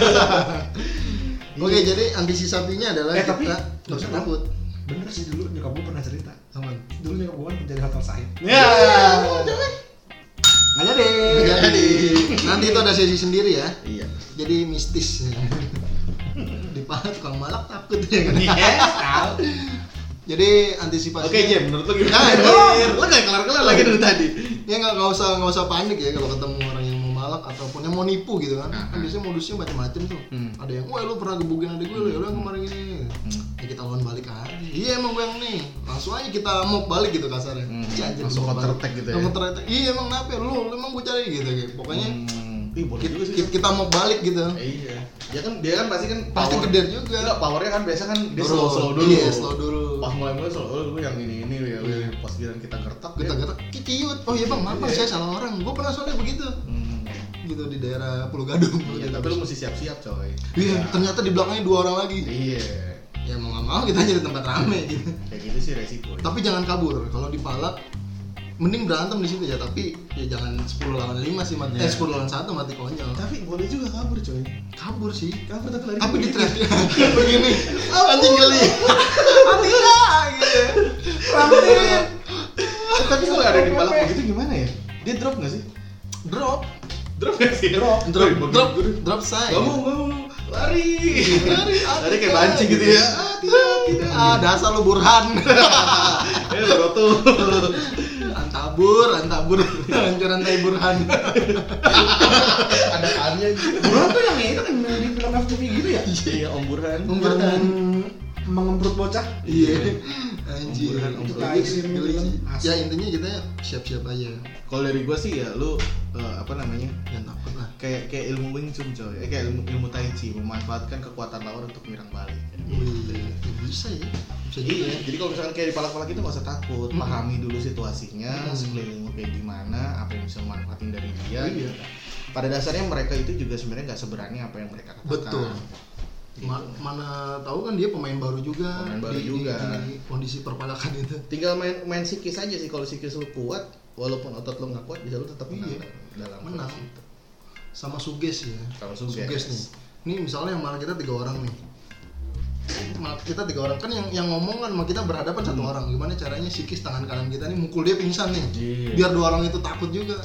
Oke, jadi antisipasinya adalah Eh, tapi- kita nggak usah takut. Bener sih dulu nyokap gue pernah cerita. Aman. Dulu nyokap gue kan menjadi hotel Said. Ya. Nggak jadi. Nggak jadi. Nanti itu ada sesi sendiri ya. Iya. Jadi mistis. Di paha tukang malak takut ya kan. Iya, tahu. Jadi antisipasi. Oke, Jem, menurut lu gimana? Nah, Anjir, lu enggak kelar-kelar lagi dari tadi. Ya nggak nggak usah nggak usah panik ya kalau ketemu orang yang mau malak ataupun yang mau nipu gitu kan. Nah, Kan biasanya modusnya macam-macam tuh. Hmm. Ada yang, wah lu pernah gebukin adik gue, lu yang kemarin gini. Hmm. Ya kita lawan balik aja. Iya emang gue yang nih. Langsung aja kita mok balik gitu kasarnya. Hmm. Cia, anjir, Langsung gua counter balik. attack gitu ya? Counter attack. Iya emang kenapa ya? Lu, lu emang gue cari gitu kayak. Pokoknya Hmm. Ih, boleh kita, juga sih. kita, kita mok balik gitu. Iya. Ya kan dia kan pasti kan Pasti power- gede juga. Enggak, powernya kan biasa kan dia Turun. slow slow dulu. Iya, slow dulu. Pas mulai-mulai slow dulu lu yang ini ini ya. Iya. Pas giliran kita gertak Kita dia- kata kiciut. Oh iya bang, maaf bang, Iya. saya salah orang. Gue pernah soalnya begitu. Hmm. Gitu di daerah Pulau Gadung. Iya, tapi lu mesti siap-siap coy. Iya, ternyata di belakangnya dua orang lagi. Iya. Ya mau nggak mau kita jadi tempat rame gitu. Kayak gitu sih resiko. ya. Tapi jangan kabur. Kalau dipalak, mending berantem di situ ya. Tapi ya jangan sepuluh lawan lima sih, mati. Eh Iya. sepuluh lawan satu mati konyol. Tapi boleh juga kabur coy. Kabur sih. Kabur tapi lari. Tapi di begitu. teriak begini, anjing geli. Mati nggak gitu. Rame. Eh, tapi kalau ada di balap begitu gimana ya? Dia drop nggak sih? Drop, Drop nggak sih? drop, Woi, drop, begitu. drop, drop saya. Gak mau, gak mau. Lari. Lari, Lari kayak mancing gitu ya. Ah, tidak, tidak. Ah, dasar lu Burhan. Eh, beroto. Antabur, antabur, hancuran tai Burhan. Ada kannya gitu. Burhan tuh yang itu kan di film F T V gitu ya. Iya, Om Burhan. Om Burhan. mengembrut bocah. Iya. Anjir, Itu tai geli sih, geli beneran. sih. Asli. Ya intinya kita siap-siap aja. Kalau dari gue sih ya lu uh, apa namanya Jangan takut lah. kayak kayak ilmu Wing Chun coy, eh, kayak ilmu ilmu Tai Chi memanfaatkan kekuatan lawan untuk menyerang balik. Wih, bisa ya. Bisa juga ya. Jadi kalau misalkan kayak dipalak-palak itu nggak usah takut, Hmm. pahami dulu situasinya, Hmm. sekeliling lu kayak gimana, apa yang bisa manfaatin dari dia. Iya. Gitu. Pada dasarnya mereka itu juga sebenarnya nggak seberani apa yang mereka katakan. Betul. Gitu. Ma- mana tahu kan dia pemain baru juga. Pemain baru di, juga. Di, di kondisi perpalakan itu. Tinggal main main psikis aja sih, kalau psikis lu kuat, walaupun otot lu nggak kuat, bisa lu tetap menang Iya. dalam Menang. kondisi itu. Sama suges ya. Kalau suges. nih. Nih misalnya yang malah kita tiga orang nih. Malah kita tiga orang kan yang yang ngomong kan sama kita berhadapan satu Hmm. orang. Gimana caranya sikis tangan kanan kita nih mukul dia pingsan nih. Iya. Biar dua orang itu takut juga.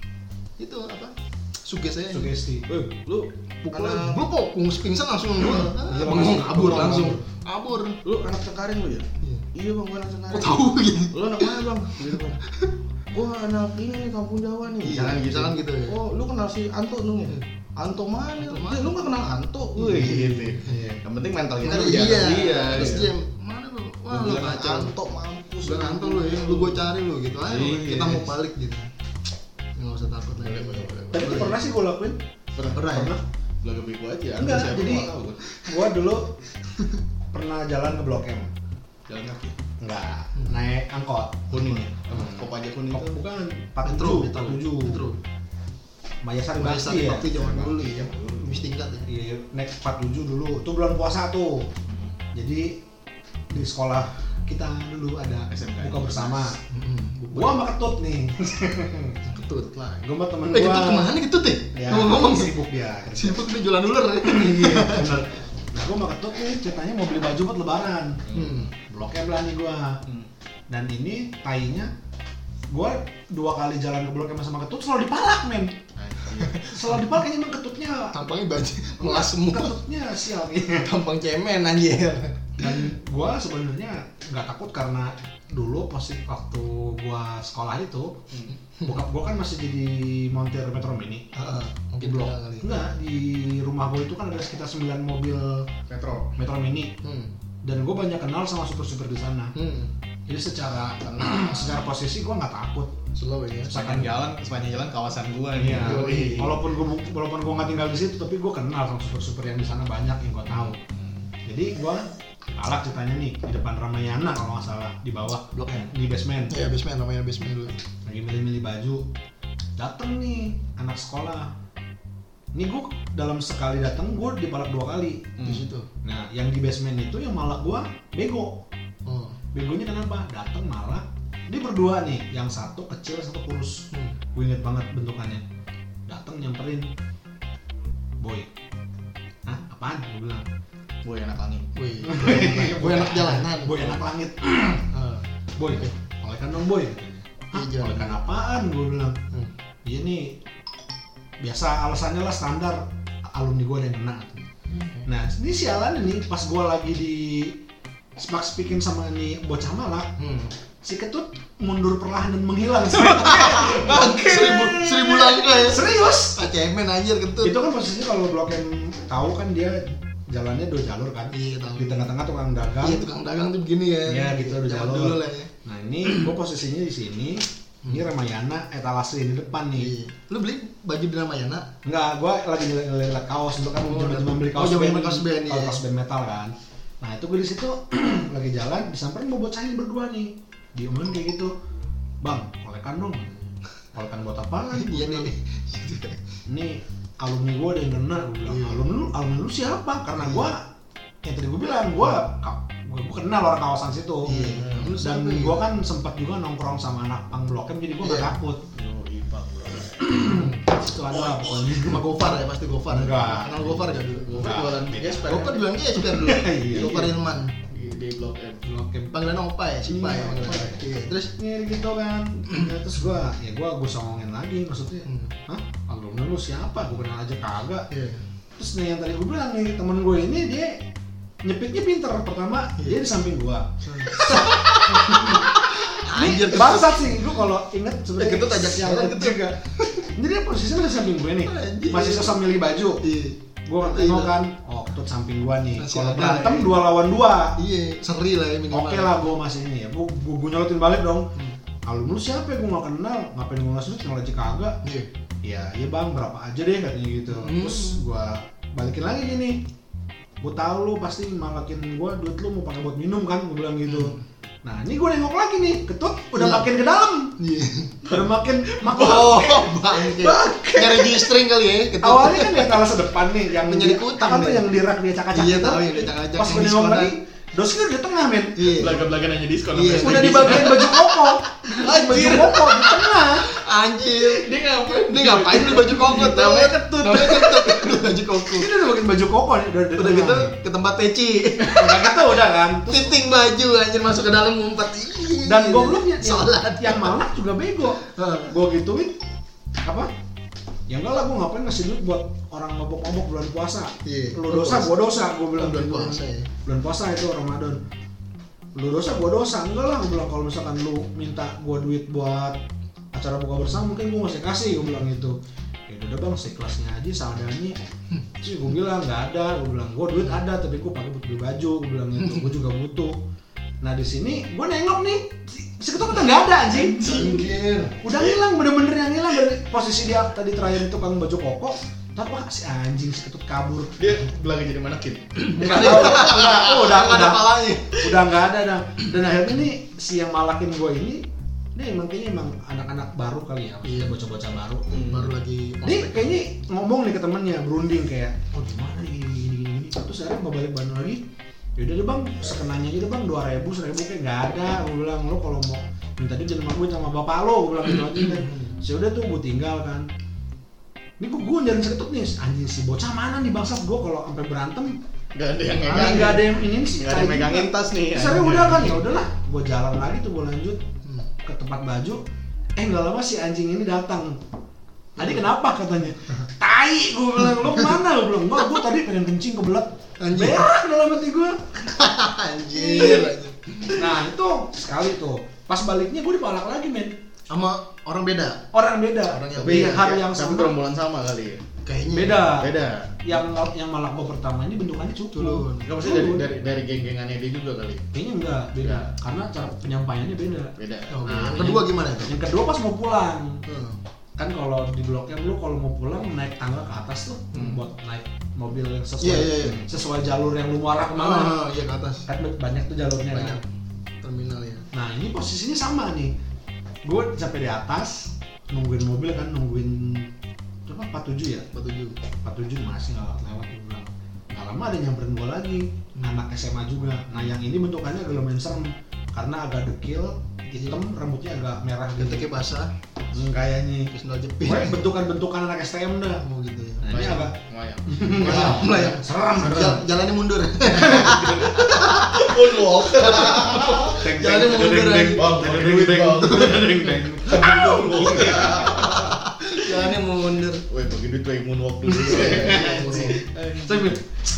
Itu apa? Suges aja. Sugesti. Eh, lu Pukulnya anak- blok kok, pingsan langsung dua. Iya, Bengong langsung kabur kabur langsung. langsung. Kabur. lu anak Cengkareng lu ya? Iya. Iya bang, gua anak Cengkareng. Kok tahu gitu? Lu anak mana bang? Gitu kan. Gua anak ini nih, kampung Jawa nih. Iya, Jangan gitu. jangan gitu ya. Oh, lu kenal si Anto dong ya? Anto mana? Anto Ya, mana? lu gak kenal Anto? Iya. Wih, gitu. Iya. Yang penting mental kita Kita lu di atas iya. dia. Terus gitu. dia mana lu? Wah, Gua lu bilang kacau. Anto mampus. Udah kantor lu ya, lu gua cari lu gitu aja. Iya. Kita mau balik gitu. Nggak usah takut lagi. Boleh, boleh, boleh. Tapi itu pernah sih gue lakuin. Pernah, Pernah ya? pernah. Belaga bego aja. Anto Enggak, siapa jadi gua nggak tahu gua. gue dulu pernah jalan ke Blok M. Jalan kaki. Enggak, naik angkot. Kuning ya? Hmm. Kopaja kuning Kok itu. bukan empat Petro, tujuh, Petro, empat tujuh. Petro. Mayasari Biasa Bakti ya. Bakti zaman dulu ya. Zaman dulu. Habis tingkat ya. Iya, naik empat tujuh dulu. Itu bulan puasa tuh. Jadi di sekolah kita dulu ada S M K. buka bersama. Heeh. Gua sama Ketut nih. Ketut lah. Gua sama temen Eh gua. ketut kemana ketut ya? Ya, Ngomong-ngomong sibuk dia. sibuk nih jualan ular ya. Iya, bener. Nah, gua sama Ketut nih ceritanya mau beli baju buat lebaran. Hmm. Blok M lah nih gua. Hmm. Dan ini tainya gua dua kali jalan ke Blok M sama Ketut selalu dipalak, men. Anjir. Selalu dipalak kayaknya emang Ketutnya Tampangnya baju melas semua. Ketutnya sial nih. Tampang cemen anjir. Dan gua sebenarnya nggak takut karena dulu posisi waktu gua sekolah itu bokap gua kan masih jadi montir Metro Mini. Heeh. Mungkin Blok. beda kali. Enggak, di rumah gua itu kan ada sekitar sembilan mobil Metro. Metro Mini Hmm. dan gua banyak kenal sama supir-supir di sana. Hmm. Jadi secara secara posisi gua nggak takut. Slow ya. Misalkan jalan, sepanjang jalan kawasan gua Iya, Yoi. walaupun gua bu- walaupun gua nggak tinggal di situ, tapi gua kenal sama super-super yang di sana banyak yang gua tahu. Jadi gua alat ceritanya nih di depan Ramayana kalau nggak salah di bawah Blok M. di basement Ya basement namanya basement dulu. lagi milih-milih baju. Dateng nih anak sekolah. Ini gua dalam sekali datang gua dipalak dua kali. Di situ. Nah, yang di basement itu yang malak gua bego. Oh. Begonya kenapa? Dateng malah dia berdua nih, yang satu kecil, satu kurus. Hmm. Gue inget banget bentukannya. Dateng nyamperin, boy. Hah? Apaan? Gue bilang, Boy anak langit. Wih. Gue enak jalanan. boy anak langit. Ah. Boy, kolekan dong boy. Katanya. Hah? Iya, jangan. Kolekan apaan? Gue bilang, Hmm. iya nih, biasa alasannya lah standar alumni gue ada yang kena. Nah, ini sialan nih, pas gue lagi di spark speaking sama nih bocah malak, Hmm. si Ketut mundur perlahan dan menghilang. seribu seribu langkah ya. Serius? Ah, cemen anjir kentut. Itu kan posisinya kalau Blok M tahu kan dia jalannya dua jalur kan. Iya, tahu. Di tengah-tengah tukang dagang. Iya tukang dagang tuh begini ya. Iya, gitu, udah Zaman jalur. dulu lah ya. Nah ini gue posisinya di sini. Ini Ramayana etalase di depan nih. Iya. Lu beli baju di Ramayana? Enggak, gue lagi ngeliat kaos dulu kan Oh, zaman beli oh, kaos zaman band, beli kaos band, iya. kaos band metal kan. Nah itu gue di situ lagi jalan, disamperin mau bocah ini berdua nih, diomelin kayak gitu, bang, kolekan dong, kolekan buat apaan? Iya nih. Ini alumni gue ada yang kena, gue bilang, Iya. alumni lu, alumni lu siapa? Karena gue, yang tadi gue bilang, gue, gue, gue kenal orang kawasan situ, Iya. Lu dan siapa ya? gue kan sempat juga nongkrong sama anak pang Blok M, jadi gue gak Iya. takut. Yo, Ipa, bro. Itu ada pokoknya. Sama Gofar ya pasti Gofar. ya? Enggak. Kenal Gofar gak dulu? Gofar jualan gesper. Gofar jualan gesper dulu. Iya. Gofar Ilman. di, di Blok M. Blok M. Panggilan Opa ya, Sipa ya Iya, panggilannya. Opa. Iya. Terus Ini gitu kan, ya, terus gue, ya gue gue songongin lagi maksudnya, Hmm. hah, alumni lu siapa? Gue kenal aja kagak. iya. Terus nih yang tadi gue bilang nih, temen gue ini dia nyepitnya pinter. Pertama Iya. dia di samping gue. Anjir, Ini bangsat sih, gue kalau inget sebenarnya. Eh, Ketut ajak yang jalan, lain Ketut. juga. Jadi dia posisinya di samping gue nih, Anjir. masih susah milih baju. Iya. Gue Iya. tengok kan, oh ketut samping gua nih. Masih Kalau ada berantem ya. dua lawan dua. Iya, seri lah ya minimal. Oke lah, gua masih ini ya. Gua gua, gua nyolotin balik dong. Hmm. Kalau lu siapa ya? Gua nggak kenal. Ngapain gua ngasih lu kenal aja kagak? Iya. Ya, iya bang, berapa aja deh katanya gitu. Hmm. Terus gua balikin lagi gini. Gua tahu lu pasti malakin gua duit lu mau pakai buat minum kan, gua bilang gitu. Hmm. Nah, ini gua nengok lagi nih, ketut udah Iya. makin ke dalam. Iya. Udah makin makin. Oh, bangke. Nyari G-string kali ya. Ketut. Awalnya kan yang kalah sedepan nih, yang Menjadi dia- kutang apa tuh nih. yang dirak dia cakacak Iya, itu. tahu yang dicak-cak, Pas yang gue nengok diskonan. lagi, Doski udah di tengah men. Iya. Belaga-belaga nanya diskon Iya. sama Udah S D. dibagiin baju koko. Baju Anjir. koko di tengah. Anjir. Dia ngapain? Dia ngapain lu baju koko tuh? Namanya ketut. Namanya ketut. Lu baju koko. Ini udah bagiin baju koko nih, udah di Udah tengah gitu nih. ke tempat peci. Udah gitu udah kan. Terus Fitting baju anjir masuk ke dalam ngumpet. Ih. dan gobloknya Sholat. yang, yang malak juga bego. Hah. Gue gituin apa? Ya enggak lah, gue ngapain ngasih duit buat orang mabok-mabok bulan puasa. Iya. Lu dosa, gue dosa, gue bilang Bulan gitu. puasa ya. Bulan puasa itu Ramadan. Lu dosa, gue dosa. Enggak lah, gue bilang kalau misalkan lu minta gue duit buat acara buka bersama mungkin gue masih kasih, gue bilang gitu. Ya udah bang, seikhlasnya aja seadanya. Terus gue bilang nggak ada, gue bilang gue duit ada tapi gue pakai buat beli baju, gue bilang gitu. Gue juga butuh. Nah di sini gue nengok nih, si ketut udah nggak ada anjing. Anjir. Udah hilang, bener-bener yang hilang dari posisi dia tadi terakhir itu kan baju koko. Tapi wah, si anjing si ketut kabur. Dia belaga jadi manakin. Nggak tahu, udah, oh, udah, Nggak ada udah, palanya. udah nggak ada dah. Dan akhirnya nih si yang malakin gue ini, dia emang kayaknya emang anak-anak baru kali ya, maksudnya Iya. bocah-bocah baru. Hmm, baru lagi Ini kayaknya ngomong nih ke temennya, berunding kayak, oh gimana nih gini gini gini. gini. Terus akhirnya mau balik Bandung lagi. Yaudah deh bang, sekenanya aja deh bang, dua ribu, seribu kayak nggak ada. Gue bilang, lo kalau mau minta dia jangan sama gue sama bapak lo, gue bilang gitu aja kan. Yaudah tuh gue tinggal kan. Ini gue gue nyariin si ketut nih, anjing si bocah mana nih bangsat. Gue kalau sampai berantem Gak ada yang nggak megangin. ada yang ini sih. Nggak ada yang megangin tas nih. Terus akhirnya udah kan, ya udahlah, gue jalan lagi tuh, gue lanjut Hmm. ke tempat baju. Eh nggak lama si anjing ini datang. Tadi kenapa katanya? Tai, gue bilang, lo kemana? Gue bilang, enggak, gue tadi pengen kencing kebelet. Anjing. Berak dalam hati gue. Anjir. anjir. Nah itu sekali tuh. Pas baliknya gue dipalak lagi men. Sama orang beda. Orang beda. Orang yang Tapi beda. hari yang Tapi sama. gerombolan sama kali ya. Kayaknya. Beda. Beda. Yang yang malak gue pertama ini bentukannya Culun. culun. Enggak maksudnya dari dari dari geng-gengannya dia juga kali. Kayaknya enggak, beda. Enggak. Karena cara penyampaiannya beda. Beda. Oke. Nah, yang kedua gimana itu? Yang kedua pas mau pulang. Hmm. Kan kalau di Blok M lu kalau mau pulang naik tangga ke atas tuh Hmm. buat naik mobil yang sesuai Iya, iya, iya. sesuai jalur yang lu mau arah kemana. Ah, iya ke atas. Kan banyak tuh jalurnya Banyak. kan. Terminal ya. Nah ini posisinya sama nih. Gue sampai di atas nungguin mobil kan, nungguin apa empat puluh tujuh ya? empat puluh tujuh. empat puluh tujuh masih nggak lewat gue bilang. Nggak lama ada nyamperin gue lagi, anak S M A juga. Nah yang ini bentukannya agak lumayan serem karena agak dekil, hitam, rambutnya agak merah gitu. Keteknya basah. Hmm, kayaknya. Terus sendal jepit. Pokoknya bentukan-bentukan anak S T M dah. Oh gitu ya. Nah, ini agak Melayang. Melayang, melayang. serem. Jal- jalannya mundur. Moonwalk. Jalannya mundur aja. Ada duit bang. Jalannya mundur. Woi bagi duit bagi moonwalk dulu. Sambil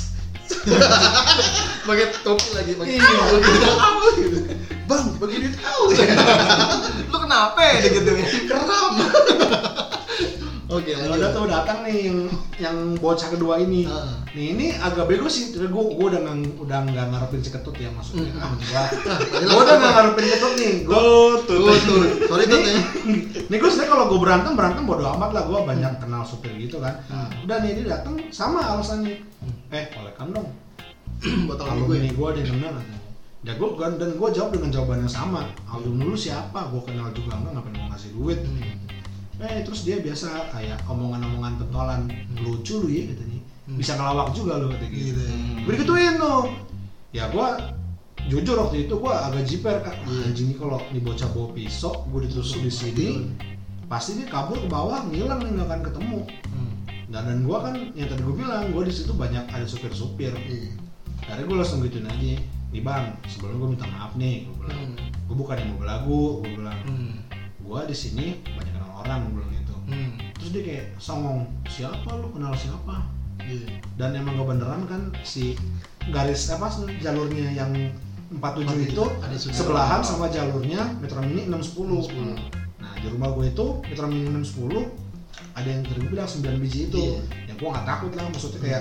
Pakai topi lagi, pakai. Iya. Gitu. Bang, bagi duit kau. Lu kenapa ya gitu ya? Keram. Oke, Ya lanjut. udah tuh datang nih yang yang bocah kedua ini. Ah. Nih ini agak bego sih. Gue gue udah nggak udah nggak ngarepin si ketut ya maksudnya. Mm. Ah, enggak. Tadi Gue udah nggak ngarepin ketut nih. Gue Tuh tuh. Tuh, tuh. Sorry tuh ya. nih gue sebenarnya kalau gue berantem berantem bodo amat lah. Gue banyak kenal supir gitu kan. Hmm. Udah nih dia datang sama alasannya. Eh kolekan dong. Botol Kalau gue. ini gue ada yang kenal katanya. Ya gue dan gue jawab dengan jawaban yang sama. Aldo dulu siapa? Gue kenal juga enggak, ngapain mau ngasih duit? Eh terus dia biasa kayak omongan-omongan pentolan, lucu lu ya katanya. Bisa ngelawak juga lu katanya gitu. Gitu ya. Gue digituin tuh. Ya gue jujur waktu itu gue agak jiper kan. Iya. Anjing nih kalau nih bocah bawa pisau, gue ditusuk di sini, pasti dia kabur ke bawah, ngilang nih nggak akan ketemu. Hmm. Dan dan gue kan yang tadi gue bilang, gue di situ banyak ada supir-supir. Iya. Akhirnya gue langsung gituin aja, nih bang, sebelumnya gue minta maaf nih, gue bilang, Hmm. gue bukan yang mau belagu, gue bilang, Hmm. gue di sini banyak kenal orang, gue bilang gitu. Hmm. Terus dia kayak songong, siapa lu kenal siapa? Iya. Dan emang gak beneran kan si garis apa jalurnya yang empat puluh tujuh itu Ada sudah. sebelahan sama jalurnya Metro Mini enam sepuluh. enam sepuluh. Nah di rumah gue itu Metro Mini enam sepuluh ada yang tadi gue bilang sembilan biji itu. Iya. Ya gue gak takut lah, maksudnya kayak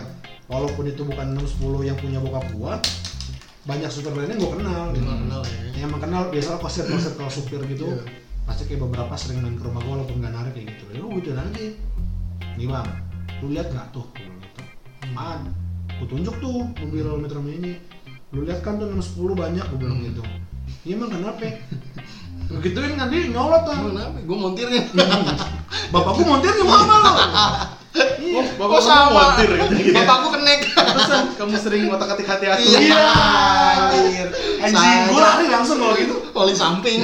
walaupun itu bukan enam sepuluh yang punya bokap gua, banyak supir lainnya gua kenal gitu. Emang kenal ya. Yang emang kenal biasanya kosir-kosir kalau supir gitu. Iya. Pasti kayak beberapa sering main ke rumah gua walaupun gak narik kayak gitu. Ya lu gituin aja. Nih bang, lu lihat gak tuh? Gua bilang gitu. Man, gua tunjuk tuh mobil Metro Mini. Lu lihat kan tuh enam sepuluh banyak, gua bilang gitu. Iya emang kenapa? Begituin kan dia nyolot tuh. Emang kenapa? Gue montirnya. Bapakku montirnya mama lo. Iya. Bapak sama montir gitu. Bapakku kenek. Pantesan kamu sering ngotak-atik hati aku. Iya. Anjir. Anjing gua lari langsung kalau gitu. Oli samping.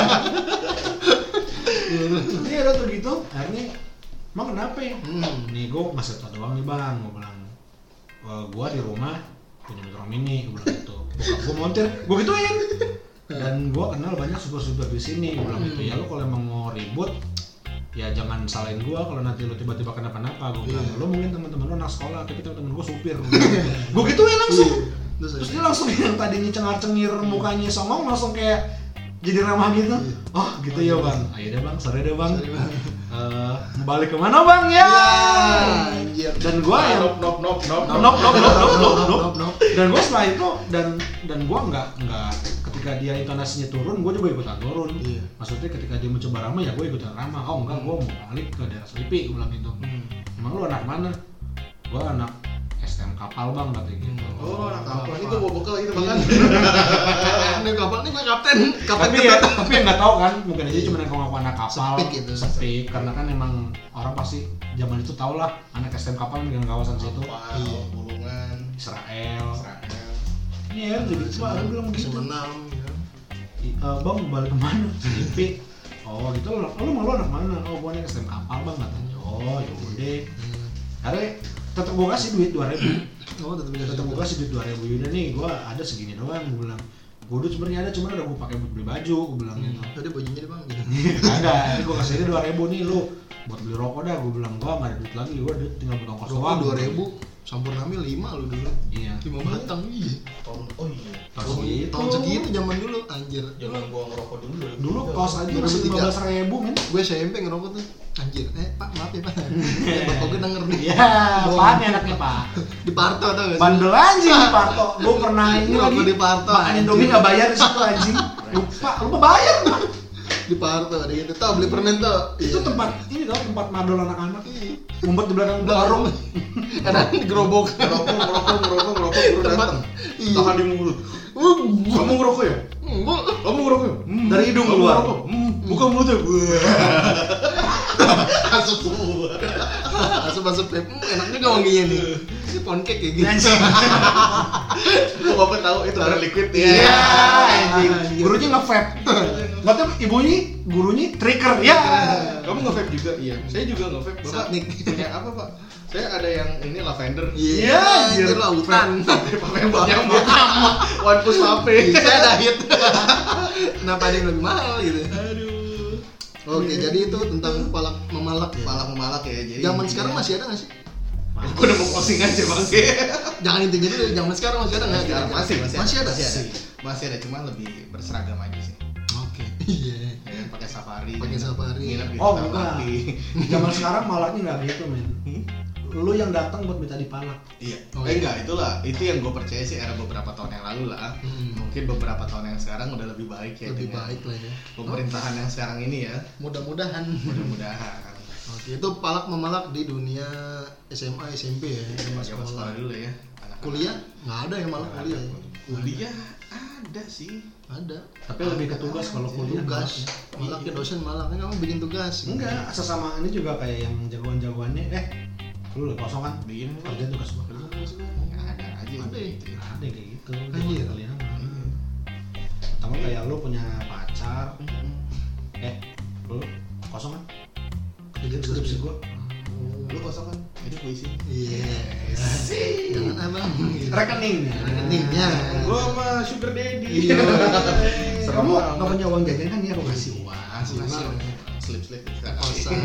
Iya udah tuh gitu. Akhirnya emang kenapa ya? Hmm. Nih gua ngasih tau doang nih bang. Gua bilang e, gua di rumah punya Metro Mini. Gua bilang gitu. Bokap gua montir. Gua gituin. Dan gua kenal banyak supir-supir di sini. Gua bilang gitu. Ya lu kalau emang mau ribut ya jangan salahin gua kalau nanti lu tiba-tiba kenapa-napa. Gua bilang Iya. lu mungkin teman-teman lu anak sekolah tapi teman-teman gua supir. Gua gituin langsung. Terus, Terus dia langsung yang tadinya cengar-cengir mukanya songong langsung kayak jadi ramah gitu. Oh gitu ya bang. Ayo deh bang, sore deh bang. Sorry, Bang. Eh, balik kemana bang ya? Anjir. Dan gua yang Nop nop nop nop. nop nop nop nop nop nop. Nop, nop. Dan gua setelah itu dan dan gua nggak nggak ketika dia intonasinya turun, gua juga ikutan turun. Iya. Maksudnya ketika dia mencoba ramah ya gua ikutan ramah. Oh enggak, gua mau balik ke daerah Selipi, gua bilang gitu. Hmm. Emang lu anak mana? Gua anak S T M kapal bang katanya gitu. Oh, anak kapal ini gua bawa bekal gitu makan. Ini kapal nih gue kapten. Kapten Tapi ya, tapi yang nggak tahu kan, mungkin aja cuma ngaku-ngaku anak kapal. Sepik gitu. Sepik, karena kan emang orang pasti zaman itu tau lah anak S M kapal dengan kawasan situ. Kapal, Bulungan, Israel. Israel. Iya, jadi cuma aku bilang gitu. Semenam ya. I- eh, bang balik kemana? Selipi. Oh gitu, lu lu mau lu anak mana? Oh gua anak S M kapal bang katanya. Oh yaudah. Akhirnya tetep gua kasih duit dua ribu. Oh, tetap bisa Tetep gua kasih duit dua ribu. Yaudah nih, gua ada segini doang. Gua bilang, gua duit sebenarnya ada, cuma udah gua pakai buat beli baju. Gua bilang gitu. Tadi bajunya deh bang gitu. Kagak, ini gua kasih dia dua ribu nih lu buat beli rokok dah. Gua bilang gua nggak ada duit lagi, gua duit tinggal buat ongkos doang. dua ribu. Sampurnami lima lu dulu. Iya. Lima batang. Iya. Tahun oh iya. Tahun Tahun, segitu. tahun segitu zaman dulu anjir. Jangan gua ngerokok dulu. Dulu kos aja masih lima belas ribu men. Gue S M P ngerokok tuh. Anjir. Eh, Pak, maaf ya, Pak. Eh, Bapak gue denger nih. Iya, Bohong. apaan ya anaknya pak? Di Parto tau gak sih? Bandel anjing di Parto. Gua pernah ini Ngerokok lagi di Parto, makan anjing. Indomie nggak bayar di situ anjing. Lupa, lupa bayar bang. Di Parto ada gitu. Tau beli permen tuh. Itu Iya. tempat ini tau tempat madol anak-anak. Iya. Ngumpet di belakang warung. Kadang di gerobok. Ngerokok, ngerokok, ngerokok, ngerokok, baru Tempat. datang. Iya. Tahan di mulut. Uh, Kamu ngerokok ya? Enggak. Kamu ngerokok ya? Hmm. Dari hidung Kamu keluar. ngerokok? Hmm. Buka mulutnya. Masuk semua. Asup-asup vape. Hmm, enak juga wanginya nih. Ini pancake kayak gitu. Anjing. Kok Bapak tahu itu air liquid ya? Iya, anjing. Gurunya nge-vape. Nggak tahu ibunya, gurunya trigger. Ya. Kamu nge-vape juga? Iya. Saya juga nge-vape. Bapak Satnik. punya apa, Pak? Saya ada yang ini lavender. Iya, anjir. anjir lautan. Pakai buat nyamuk. One push vape. Saya ada hit. Kenapa ada yang lebih mahal gitu? Aduh. Oke, jadi itu tentang palak memalak ya. Palak memalak ya. Jadi Zaman sekarang masih ada nggak sih? Gue udah mau closing aja, Bang. Jangan intinya dulu, zaman sekarang masih ada nggak? Sekarang masih masih Masih ada. masih ada. Masih ada, cuma lebih berseragam aja sih. Oke. Iya. Ya, pakai safari. Pakai safari. Nginep di Oh, hotel bukan. Bali. Zaman sekarang malaknya nggak gitu men. Hmm? Lu yang datang buat minta dipalak. Iya. Oh, eh, iya. enggak, itulah. Itu yang gue percaya sih era beberapa tahun yang lalu lah. Hmm. Mungkin beberapa tahun yang sekarang udah lebih baik ya Lebih dengan baik lah ya. pemerintahan yang sekarang ini ya. Mudah-mudahan. Mudah-mudahan. Oke, itu palak memalak di dunia S M A, S M P ya. Dunia Pakai sekolah sekolah. dulu ya. Anak-anak. Kuliah nggak ada yang malak kuliah. Ya? Kuliah ada sih. Ada. Tapi lebih ke tugas kalau kuliah. Tugas. malak. Malak ke dosen malak. Kan kamu bikin tugas. Enggak, sesama ini juga kayak yang jagoan-jagoannya eh lu udah kosong kan? Bikin Kerja tugas gua. Ya, ada aja yang Ada ya? gitu ya. Ada kayak gitu. Anjir. Kalian mah. Atau kayak lu punya pacar, eh lu kosong kan? Kerja tugas Skripsi gua. Lu kosong kan? Ini puisi. Iya. Jangan abang. Rekening. Rekeningnya. Gua sama sugar daddy. Iya. Kamu nggak punya uang jajan kan? Iya, aku kasih uang. Masih masih. Slip-slip bisa. Kosan.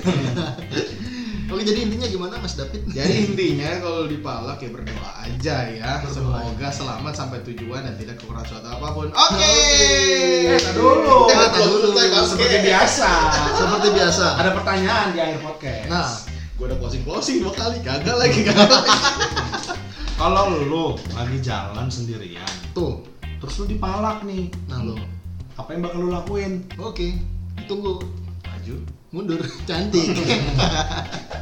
Oke, jadi intinya gimana Mas David? Jadi intinya kalau dipalak ya berdoa aja ya. Berdoa. Semoga selamat sampai tujuan dan tidak kekurangan suatu apapun. Oke. Eh, tar dulu. Eh, tar dulu. Seperti biasa. Seperti biasa. Ada pertanyaan di akhir podcast. Nah, Gue udah closing closing dua kali, gagal lagi gagal. Kalau lu lagi jalan sendirian, Tuh, terus lu dipalak nih, nah lo. apa yang bakal lu lakuin? Oke, tunggu. Maju. Mundur, cantik.